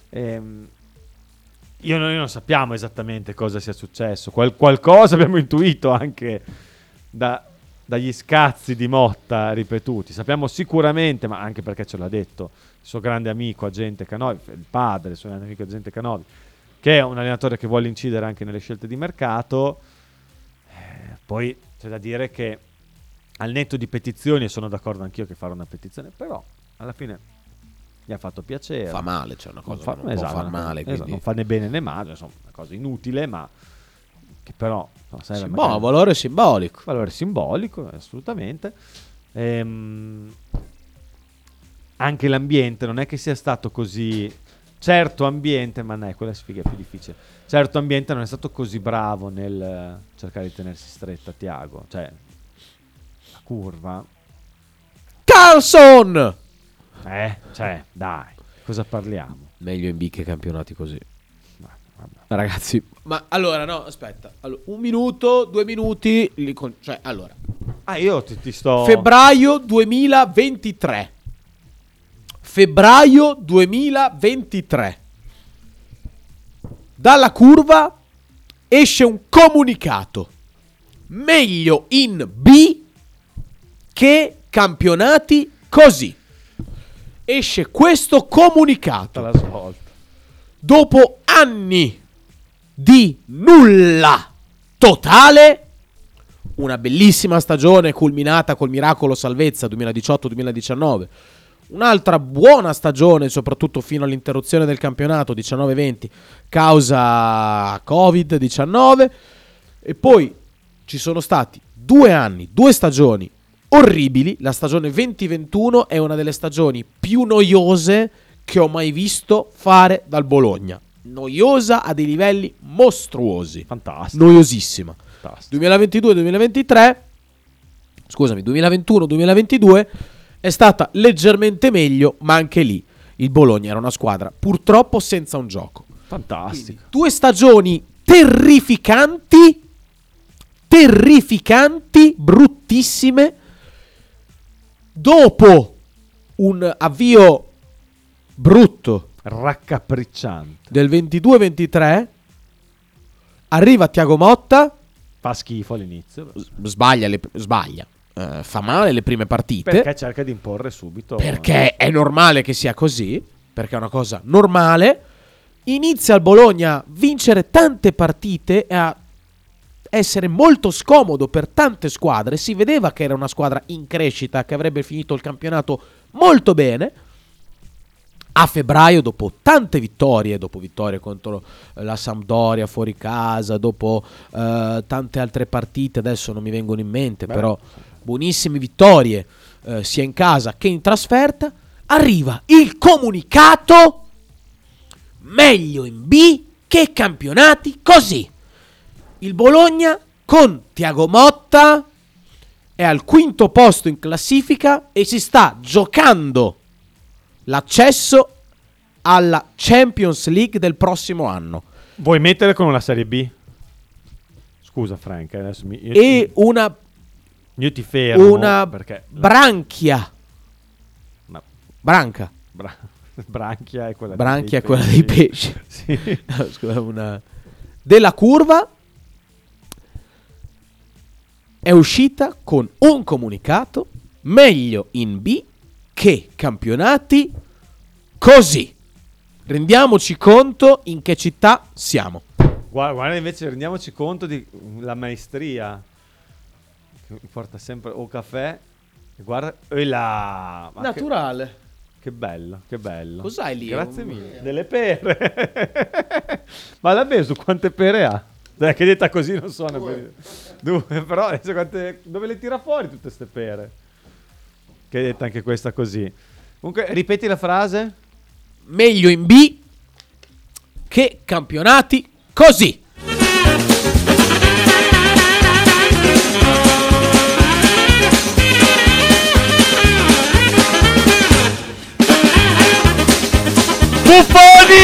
Noi non sappiamo esattamente cosa sia successo, qualcosa abbiamo intuito anche dagli scazzi di Motta ripetuti. Sappiamo sicuramente, ma anche perché ce l'ha detto il suo grande amico Agente Canovi, il padre del suo grande amico Agente Canovi, che è un allenatore che vuole incidere anche nelle scelte di mercato. Poi c'è da dire che al netto di petizioni, e sono d'accordo anch'io che fare una petizione, però alla fine gli ha fatto piacere. Fa male, cioè una cosa non può far male. Esatto, non fa né bene né male, insomma, una cosa inutile, ma che però valore simbolico. Valore simbolico, assolutamente. Anche l'ambiente non è che sia stato così. Certo ambiente, ma quella sfiga è più difficile. Certo ambiente non è stato così bravo nel cercare di tenersi stretta Thiago, cioè la curva. Carlson! Cioè, dai, cosa parliamo? Meglio in B che campionati così. Ragazzi, ma allora no, aspetta. Allora, 1 minuto, 2 minuti, cioè allora. Io ti sto Febbraio 2023. Febbraio 2023. Dalla curva esce un comunicato. Meglio in B che campionati così. Esce questo comunicato. La svolta. Dopo anni di nulla totale, una bellissima stagione culminata col miracolo salvezza 2018-2019. Un'altra buona stagione, soprattutto fino all'interruzione del campionato 19-20, causa Covid-19. E poi ci sono stati 2 anni, 2 stagioni orribili. La stagione 2021 è una delle stagioni più noiose che ho mai visto fare dal Bologna. Noiosa a dei livelli mostruosi. Fantastico. Noiosissima. Fantastico. 2022-2023, scusami, 2021-2022 è stata leggermente meglio, ma anche lì il Bologna era una squadra purtroppo senza un gioco. Fantastico. Quindi, 2 stagioni terrificanti, bruttissime. Dopo un avvio brutto, raccapricciante del 22-23, arriva Thiago Motta, fa schifo all'inizio, sbaglia. Fa male le prime partite perché cerca di imporre subito, perché è normale che sia così, perché è una cosa normale. Inizia il Bologna a vincere tante partite e a essere molto scomodo per tante squadre. Si vedeva che era una squadra in crescita, che avrebbe finito il campionato molto bene. A febbraio, dopo tante vittorie, dopo vittorie contro la Sampdoria fuori casa, dopo tante altre partite, adesso non mi vengono in mente, però buonissime vittorie sia in casa che in trasferta, arriva il comunicato: meglio in B che campionati così. Il Bologna con Thiago Motta è al 5° posto in classifica e si sta giocando l'accesso alla Champions League del prossimo anno. Vuoi mettere con una Serie B? Scusa Frank, adesso e una Io ti fermo. Una branchia. Branca. Branchia è quella dei pesci. Sì. No, scusa, della curva è uscita con un comunicato: meglio in B che campionati così. Rendiamoci conto in che città siamo. Guarda, invece rendiamoci conto di la maestria che porta sempre o caffè. Guarda, naturale. Che bello, che bello. Cos'hai lì? Grazie mille. Delle pere. Ma davvero, su quante pere ha? Dai, che detta così non suona. Due, però dove le tira fuori tutte ste pere? Che detta anche questa così. Comunque, ripeti la frase? Meglio in B che campionati così. Buffoni!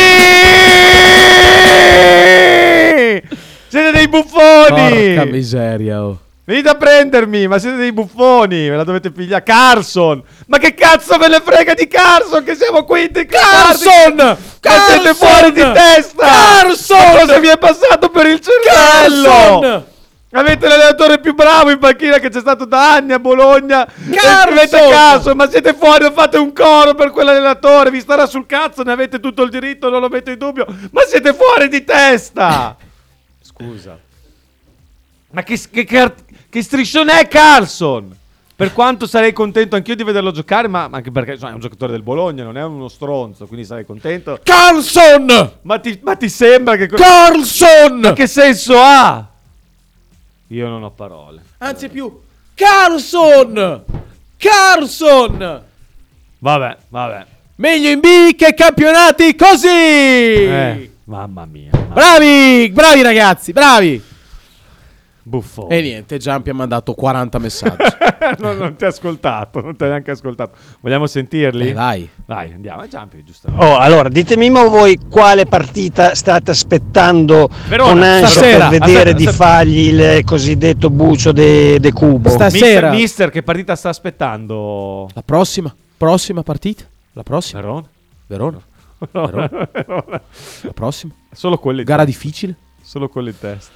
Siete dei buffoni! Porca miseria, oh. Venite a prendermi, ma siete dei buffoni, ve la dovete pigliare. Carson! Ma che cazzo ve ne frega di Carson? Che siamo qui in Carson! Siete fuori di testa! Carson! Cosa vi è passato per il cervello? Carson! Avete l'allenatore più bravo in panchina che c'è stato da anni a Bologna. Scrivete Carson, ma siete fuori, non fate un coro per quell'allenatore. Vi starà sul cazzo, ne avete tutto il diritto, non lo metto in dubbio. Ma siete fuori di testa! Scusa. Ma che striscione è Carlson? Per quanto sarei contento anch'io di vederlo giocare, ma anche perché è un giocatore del Bologna, non è uno stronzo, quindi sarei contento. Carlson! Ma ti sembra che... Carlson! Ma che senso ha? Io non ho parole. Anzi più Carlson! Carlson! Vabbè. Meglio in B che campionati così! Mamma mia. Bravi ragazzi, bravi! Buffone. E niente, Giampi ha mandato 40 messaggi. non ti ha ascoltato, non ti ha neanche ascoltato. Vogliamo sentirli? Vai, andiamo. Giampi, giusto. Allora, ditemi voi quale partita state aspettando con ansia per vedere di fargli il cosiddetto bucio de Cubo. Stasera. Mister, che partita sta aspettando? La prossima partita? La prossima? Verona. La prossima? Solo quelle. Gara difficile? Solo quelle in testa.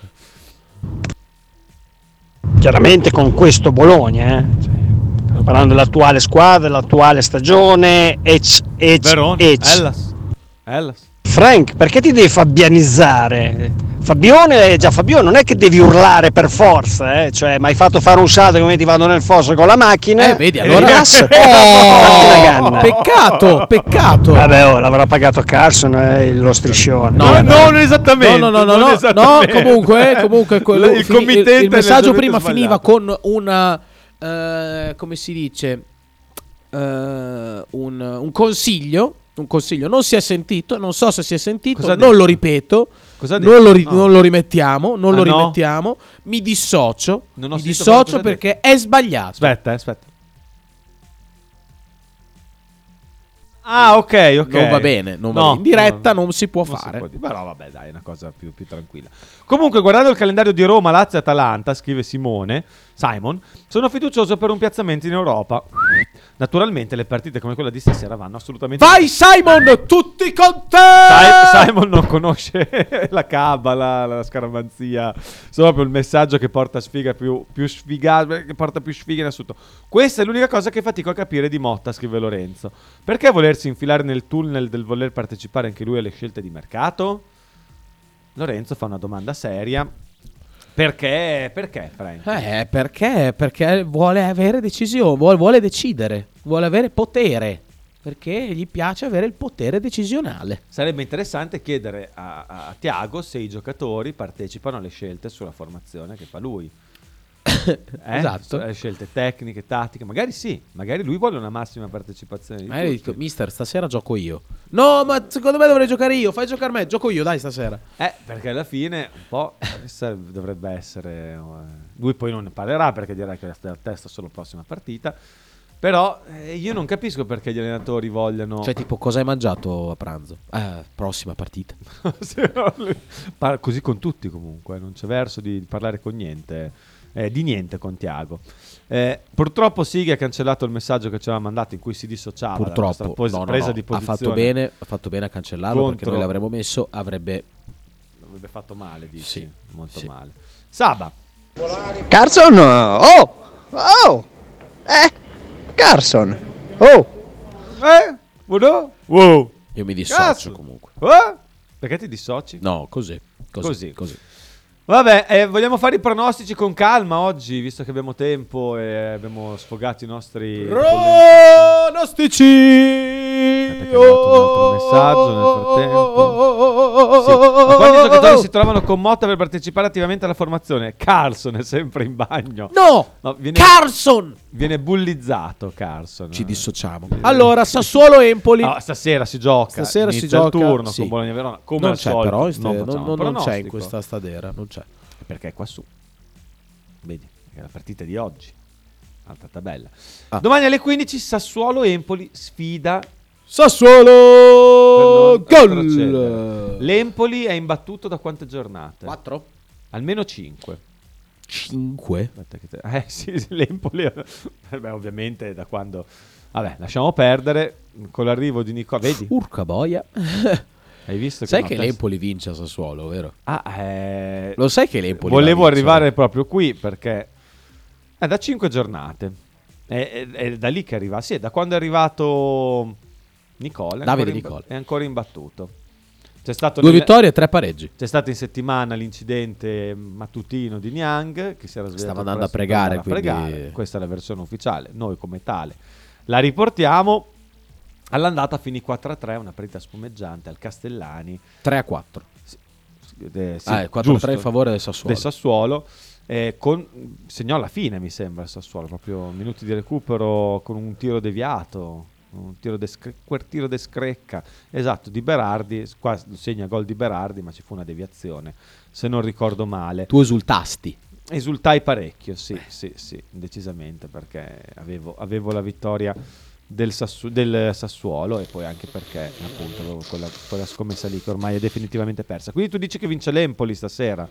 Chiaramente con questo Bologna, stiamo parlando dell'attuale squadra, dell'attuale stagione. Verona. Hellas. Frank, perché ti devi fabbianizzare? Fabione è già Fabione, non è che devi urlare per forza, cioè mi hai fatto fare un salto come ti vado nel fosso con la macchina. Vedi, allora peccato. Vabbè, l'avrà pagato Carson lo striscione. Non esattamente. No, comunque il messaggio prima finiva con una come si dice? Un consiglio. Non si è sentito, non so se si è sentito, non lo ripeto. Non lo rimettiamo. Mi dissocio. Perché è sbagliato. Aspetta. Ah, ok. Non va bene. In diretta non si può fare. Però vabbè, dai, è una cosa più tranquilla. Comunque, guardando il calendario di Roma, Lazio e Atalanta, scrive Simon, sono fiducioso per un piazzamento in Europa. Naturalmente le partite come quella di stasera vanno assolutamente... Vai Simon, tutti con te! Simon non conosce la cabala, la scaramanzia, solo proprio il messaggio che porta sfiga più sfiga, che porta più sfiga in assoluto. Questa è l'unica cosa che fatico a capire di Motta, scrive Lorenzo. Perché volersi infilare nel tunnel del voler partecipare anche lui alle scelte di mercato? Lorenzo fa una domanda seria. Perché Frank? Perché vuole avere decisione, vuole decidere, vuole avere potere, perché gli piace avere il potere decisionale. Sarebbe interessante chiedere a Tiago se i giocatori partecipano alle scelte sulla formazione che fa lui. Esatto. Le scelte tecniche, tattiche, magari sì, magari lui vuole una massima partecipazione. Magari dico, mister, stasera gioco io. No, ma secondo me dovrei giocare io, fai giocare me, gioco io, dai, stasera. Perché alla fine un po' dovrebbe essere... Lui poi non ne parlerà perché dirà che la testa solo prossima partita. Però io non capisco perché gli allenatori vogliano... Cioè tipo cosa hai mangiato a pranzo? Prossima partita. Così con tutti comunque, non c'è verso di parlare con niente, di niente con Tiago. Purtroppo Sighi ha cancellato il messaggio che ci aveva mandato in cui si dissociava Purtroppo, presa di posizione. Ha fatto bene a cancellarlo perché noi l'avremmo messo, avrebbe fatto male, dici? Sì, molto sì. male. Saba. Carson! Oh! Carson! Oh! Wow! Io mi dissocio Cazzo. comunque. Perché ti dissoci? No, così. Vabbè, vogliamo fare i pronostici con calma oggi, visto che abbiamo tempo e abbiamo sfogato i nostri pronostici. Aspetta, che un altro messaggio nel frattempo. Sì. Ma quanti giocatori si trovano con Motta per partecipare attivamente alla formazione? Carlson è sempre in bagno. No, Carlson viene bullizzato. Carlson. Ci dissociamo. Allora, Sassuolo-Empoli. Stasera si gioca. Stasera si Inizia il gioca turno sì. con Bologna-Verona. Come non al c'è solito, però, non c'è in questa stadera. Non c'è. Perché è qua su. Vedi, è la partita di oggi. Altra tabella. Domani alle 15 Sassuolo-Empoli sfida Sassuolo gol. L'Empoli è imbattuto da quante giornate? 4? Almeno 5. 5? Sì, l'Empoli ovviamente da quando... Vabbè, lasciamo perdere. Con l'arrivo di Nicola, vedi? Urca boia. Hai visto sai che l'Empoli vince a Sassuolo, vero? Lo sai che l'Empoli volevo arrivare proprio qui perché è da 5 giornate. È da lì che arriva. Sì, è da quando è arrivato Nicola. Davide Nicola. È ancora imbattuto. C'è stato 2 vittorie e 3 pareggi. C'è stato in settimana l'incidente mattutino di Niang che si era svegliato. Stava andando a pregare, quindi... Questa è la versione ufficiale. Noi come tale la riportiamo. All'andata finì 4-3, una partita spumeggiante al Castellani. 3-4. Sì, 4-3 in favore del Sassuolo. Segnò alla fine, mi sembra, il Sassuolo, proprio minuti di recupero con un tiro deviato, quel tiro de screcca, esatto, di Berardi, qua segna gol di Berardi, ma ci fu una deviazione, se non ricordo male. Tu esultasti? Esultai parecchio, sì, decisamente, perché avevo la vittoria del Sassuolo e poi anche perché appunto avevo quella scommessa lì che ormai è definitivamente persa. Quindi tu dici che vince l'Empoli stasera?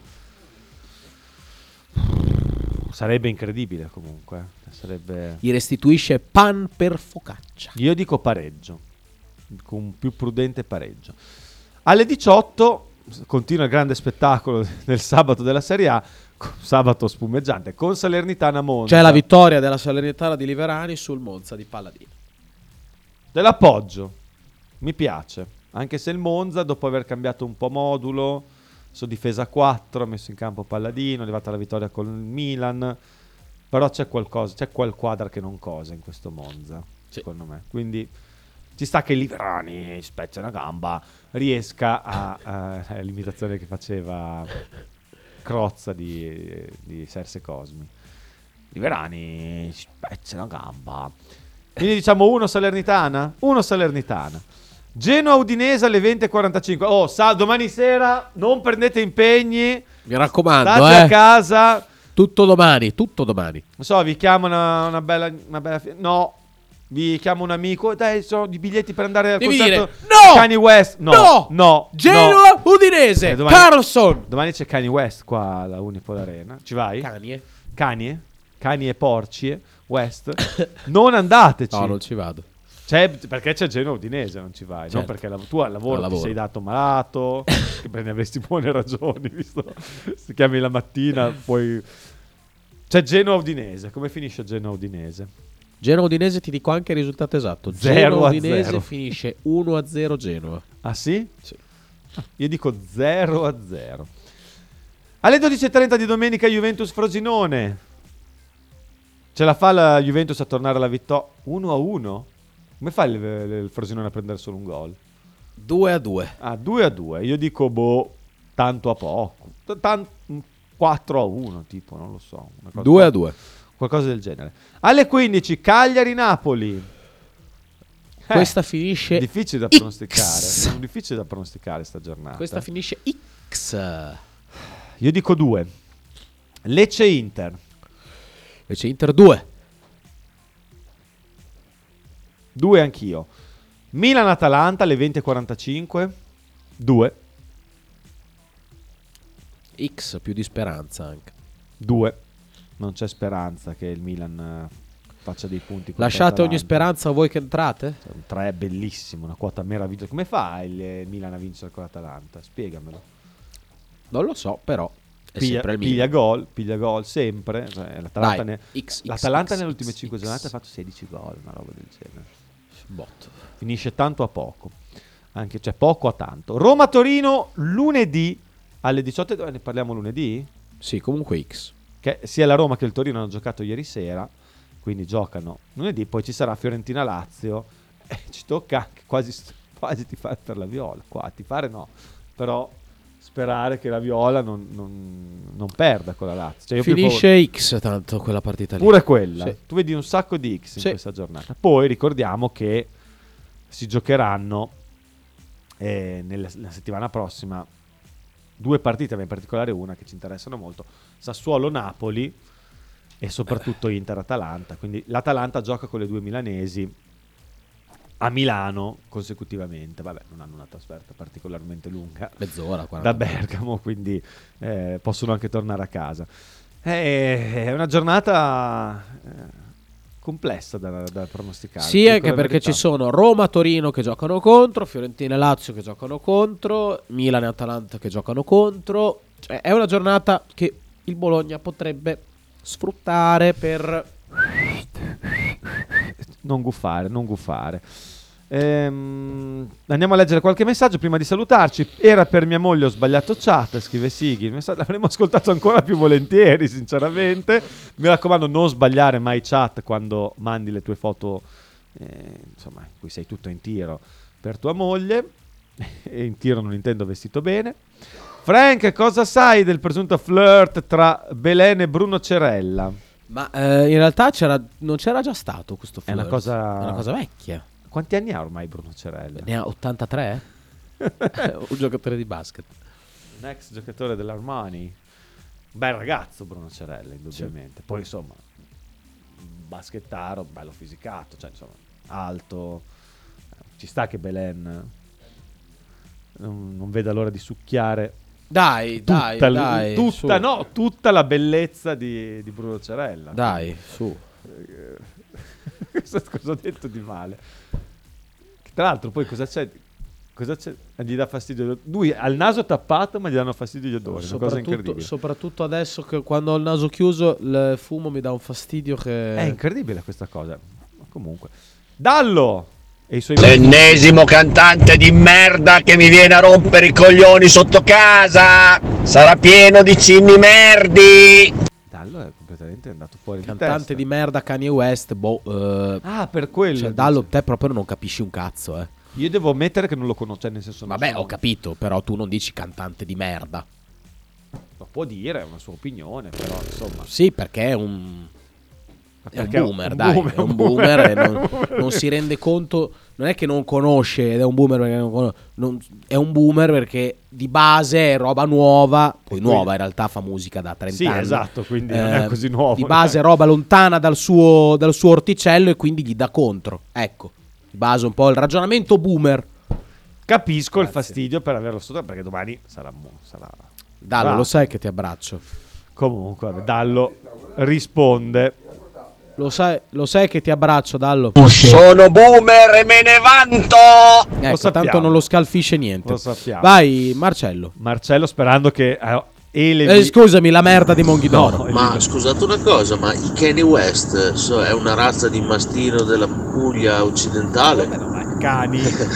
Sarebbe incredibile comunque. Gli restituisce pan per focaccia. Io dico pareggio, con un più prudente pareggio. Alle 18 continua il grande spettacolo del sabato della Serie A, sabato spumeggiante con Salernitana Monza. C'è la vittoria della Salernitana di Liverani sul Monza di Palladino. Dell'appoggio, mi piace, anche se il Monza dopo aver cambiato un po' modulo, su difesa 4, ha messo in campo Palladino, è arrivata la vittoria con il Milan, però c'è qual quadra che non cosa in questo Monza, secondo me, quindi ci sta che Liverani spezza una gamba, riesca a l'imitazione che faceva Crozza di Serse Cosmi. Liverani spezza una gamba. Quindi diciamo 1 Salernitana. Genoa Udinese alle 20:45. Domani sera non prendete impegni. Mi raccomando, state a casa. Tutto domani. Non so, vi chiamo una bella no. Vi chiamo un amico. Dai, sono i biglietti per andare al concerto di Kanye West. No. Genoa Udinese. Carlson. Domani c'è Kanye West qua alla Unipol Arena. Ci vai? Kanye e Porcie West. Non andateci. No, non ci vado. Perché c'è Genoa Udinese, non ci vai. Non perché tu al lavoro ti sei dato malato, che ne avresti buone ragioni, visto se chiami la mattina, poi c'è Genoa Udinese. Come finisce Genoa Udinese? Genoa Udinese ti dico anche il risultato esatto. 0-0. Genoa Udinese finisce 1-0 Genoa. Ah sì? Sì. Io dico 0-0. Alle 12:30 di domenica Juventus Frosinone. Ce la fa la Juventus a tornare alla vittoria 1-1? Come fa il Frosinone a prendere solo un gol? 2-2. 2-2. Io dico tanto a poco. 4-1 tipo, non lo so. 2-2. Qualcosa del genere. Alle 15 Cagliari-Napoli. Questa finisce difficile da pronosticare. Difficile da pronosticare sta giornata. Questa finisce X. Io dico 2. Lecce-Inter. Lecce-Inter 2. 2 anch'io. Milan-Atalanta alle 20:45. 2. X più di speranza anche. 2. Non c'è speranza che il Milan faccia dei punti. Lasciate ogni speranza a voi che entrate? 3 è bellissimo, una quota meravigliosa. Come fa il Milan a vincere con l'Atalanta? Spiegamelo. Non lo so, però è sempre il piglia gol sempre. Cioè, l'Atalanta, l'Atalanta nelle ultime 5 giornate ha fatto 16 gol, una roba del genere. Botto. Finisce tanto a poco. Cioè poco a tanto. Roma-Torino lunedì alle 18. Ne parliamo lunedì? Sì, comunque X. Che sia la Roma che il Torino hanno giocato ieri sera, quindi giocano lunedì. Poi ci sarà Fiorentina-Lazio. Ci tocca anche quasi tifare per la Viola. Qua tifare no, però sperare che la Viola non perda con la Lazio. Cioè, finisce X tanto quella partita lì. Pure quella. Sì. Tu vedi un sacco di X in questa giornata. Poi ricordiamo che si giocheranno nella settimana prossima 2 partite, ma in particolare una che ci interessano molto: Sassuolo-Napoli e soprattutto Inter-Atalanta. Quindi l'Atalanta gioca con le 2 milanesi a Milano consecutivamente. Vabbè, non hanno una trasferta particolarmente lunga, mezz'ora 40 da Bergamo, quindi possono anche tornare a casa. È una giornata complessa da pronosticare. Sì, anche perché ci sono Roma-Torino che giocano contro, Fiorentina e Lazio che giocano contro, Milan e Atalanta che giocano contro. Cioè, è una giornata che il Bologna potrebbe sfruttare per non guffare. Andiamo a leggere qualche messaggio prima di salutarci. Era per mia moglie, ho sbagliato chat, scrive Sighi. Il messaggio l'avremmo ascoltato ancora più volentieri, sinceramente. Mi raccomando, non sbagliare mai chat quando mandi le tue foto, insomma, in cui sei tutto in tiro per tua moglie. E in tiro non intendo vestito bene. Frank, cosa sai del presunto flirt tra Belen e Bruno Cerella? Ma in realtà non c'era già stato questo flirt. È una cosa vecchia. Quanti anni ha ormai Bruno Cerella? Ne ha 83? Un giocatore di basket. Un ex giocatore dell'Armani. Bel ragazzo Bruno Cerella, indubbiamente. Sì. Poi insomma, baschettaro, bello fisicato, cioè insomma, alto. Ci sta che Belen non veda l'ora di succhiare tutta la bellezza di Bruno Cerella. Dai, su. Cosa ho detto di male? Tra l'altro poi cosa c'è? Gli dà fastidio. Lui ha il naso tappato ma gli danno fastidio gli odori. Una cosa incredibile. Soprattutto adesso che quando ho il naso chiuso il fumo mi dà un fastidio che... È incredibile questa cosa. Ma comunque Dallo e i suoi l'ennesimo cantante di merda che mi viene a rompere i coglioni sotto casa. Sarà pieno di cinni merdi. Dallo è completamente andato fuori cantante di merda Kanye West. Per quello. Cioè, Dallo, te proprio non capisci un cazzo, Io devo ammettere che non lo conosco, nel senso. Vabbè, ho capito, però tu non dici cantante di merda. Lo può dire, è una sua opinione, però insomma. Sì, perché è un boomer, è un boomer e non si rende conto. Non è che non conosce ed è un boomer perché è un boomer perché di base è roba nuova. Poi nuova in realtà fa musica da 30 anni. Sì, esatto, quindi non è così nuovo. Di base è roba lontana dal suo orticello e quindi gli dà contro. Ecco, di base un po' il ragionamento boomer. Capisco il fastidio per averlo sotto, perché domani sarà Dallo, lo sai che ti abbraccio. Comunque, Dallo risponde. Lo sai che ti abbraccio, Dallo. Sono boomer e me ne vanto. Ecco, tanto non lo scalfisce niente. Lo sappiamo. Vai, Marcello. Marcello, sperando che scusami, la merda di Monghidoro. No, ma scusate una cosa, ma il Kanye West è una razza di mastino della Puglia occidentale? Cani.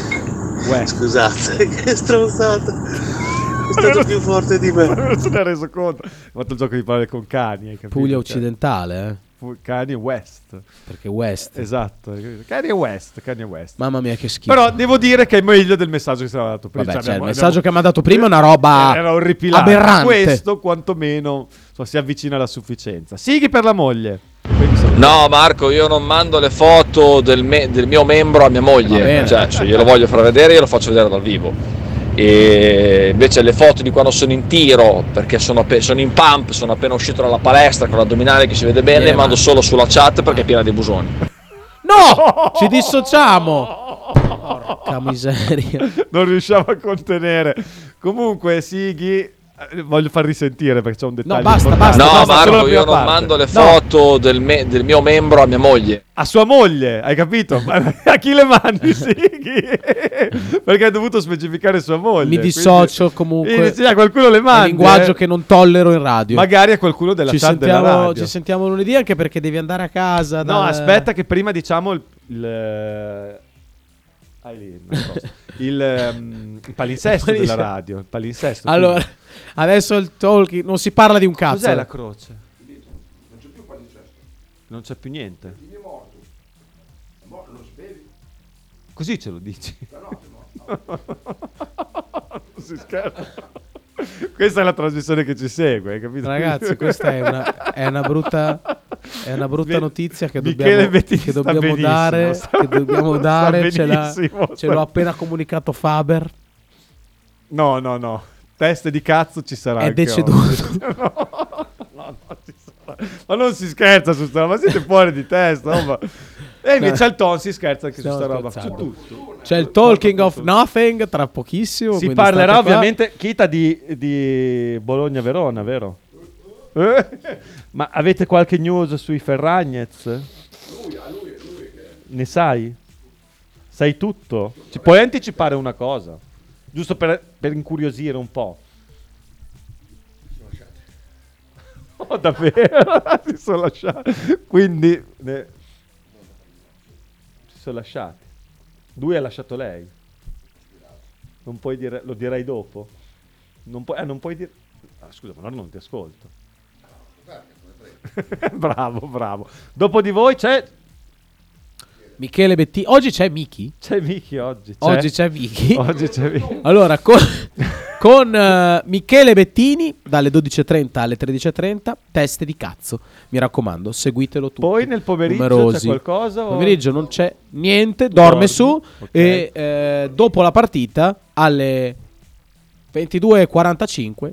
Scusate, che stronzata. È stato più forte di me. Non se ne è reso conto. Ho fatto il gioco di parole con Cani, hai capito? Puglia occidentale, Kanye West. Perché West. Esatto, Kanye West. Mamma mia che schifo. Però devo dire che è meglio del messaggio che si era dato prima. Vabbè, il messaggio che mi ha dato prima è una roba era orripilante. Aberrante. Questo quantomeno si avvicina alla sufficienza. Sighi per la moglie. No Marco, io non mando le foto del mio membro a mia moglie. Cioè, se glielo voglio far vedere io lo faccio vedere dal vivo. E invece le foto di quando sono in tiro, perché sono in pump, sono appena uscito dalla palestra con l'addominale che si vede bene, le mando solo sulla chat perché è piena di busoni. No! Ci dissociamo! Porca miseria. Non riusciamo a contenere. Comunque, Sighi, voglio far risentire perché c'è un dettaglio. No, basta. No, Marco, io non mando le foto del mio membro a mia moglie. A sua moglie, hai capito? A chi le mandi, Sighi? Perché hai dovuto specificare sua moglie. Mi dissocio comunque. Sì, a qualcuno le mandi. È un linguaggio che non tollero in radio. Magari a qualcuno della chat della radio. Ci sentiamo lunedì, anche perché devi andare a casa. No, aspetta che prima diciamo il palinsesto della radio. Il palinsesto. Allora, adesso il talking non si parla di un cazzo. Cos'è la croce? Non c'è più palinsesto. Non c'è più niente. È morto. È morto, non svevi. Così ce lo dici. Non si scherza. Questa è la trasmissione che ci segue, hai capito? Ragazzi, questa è una brutta notizia che dobbiamo dare. Che dobbiamo dare. Ce l'ho appena comunicato Faber. No. Teste di cazzo ci sarà. È deceduto. No, ci sarà. Ma non si scherza su sta roba, ma siete fuori di testa. No, e invece al Ton si scherza anche su sta roba. C'è il Talking of Nothing tra pochissimo. Si parlerà ovviamente Kita di Bologna-Verona, vero? Ma avete qualche news sui Ferragnez? Lui ne sai? Sai tutto? Ci puoi anticipare una cosa? Giusto per incuriosire un po'. Oh, davvero? Si sono lasciati. Quindi si sono lasciati. Lui ha lasciato lei. Non puoi dire, lo direi dopo. Non puoi dire. Ah, scusa, ma allora non ti ascolto. Bravo. Dopo di voi c'è Michele Bettini. Oggi c'è Miki? C'è Miki oggi. Oggi c'è Miki. Miki. Allora, con Michele Bettini dalle 12.30 alle 13.30, teste di cazzo. Mi raccomando, seguitelo tutti. Poi nel pomeriggio numerosi. C'è qualcosa? Nel pomeriggio non c'è niente, dorme su. Okay. E dopo la partita alle 22.45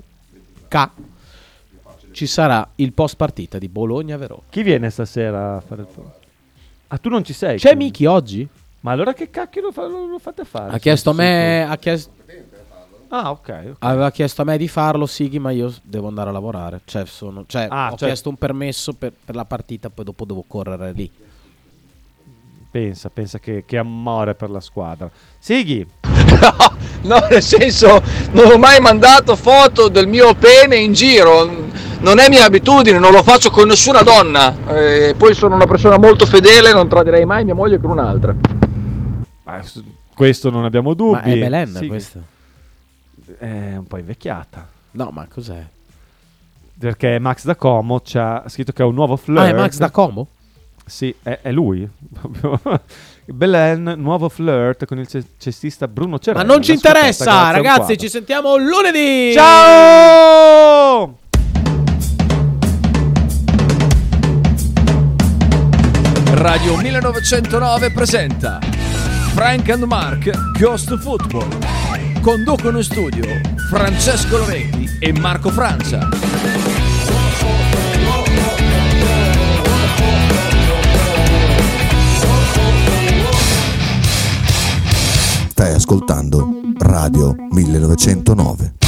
ci sarà il post partita di Bologna-Verona. Chi viene stasera a fare il post? Ah, tu non ci sei? C'è Miki oggi? Ma allora che cacchio lo fate fare? Ha chiesto a me. Ah, ok. Aveva chiesto a me di farlo, Sighi, ma io devo andare a lavorare. Ho chiesto un permesso per la partita, poi dopo devo correre lì. Pensa che amore per la squadra. Sighi. No, nel senso, non ho mai mandato foto del mio pene in giro. Non è mia abitudine, non lo faccio con nessuna donna. Poi sono una persona molto fedele, non tradirei mai mia moglie con un'altra. Questo non abbiamo dubbi. Ma è Belen questa? È un po' invecchiata. No, ma cos'è? Perché Max da Como ci ha scritto che ha un nuovo flirt. Ah, è Max da Como? Sì, è lui. Belen, nuovo flirt con il cestista Bruno Cerelli. Ma non ci interessa, ragazzi, ci sentiamo lunedì. Ciao! Radio 1909 presenta Frank and Mark Ghost Football. Conducono in studio Francesco Loretti e Marco Francia. Stai ascoltando Radio 1909.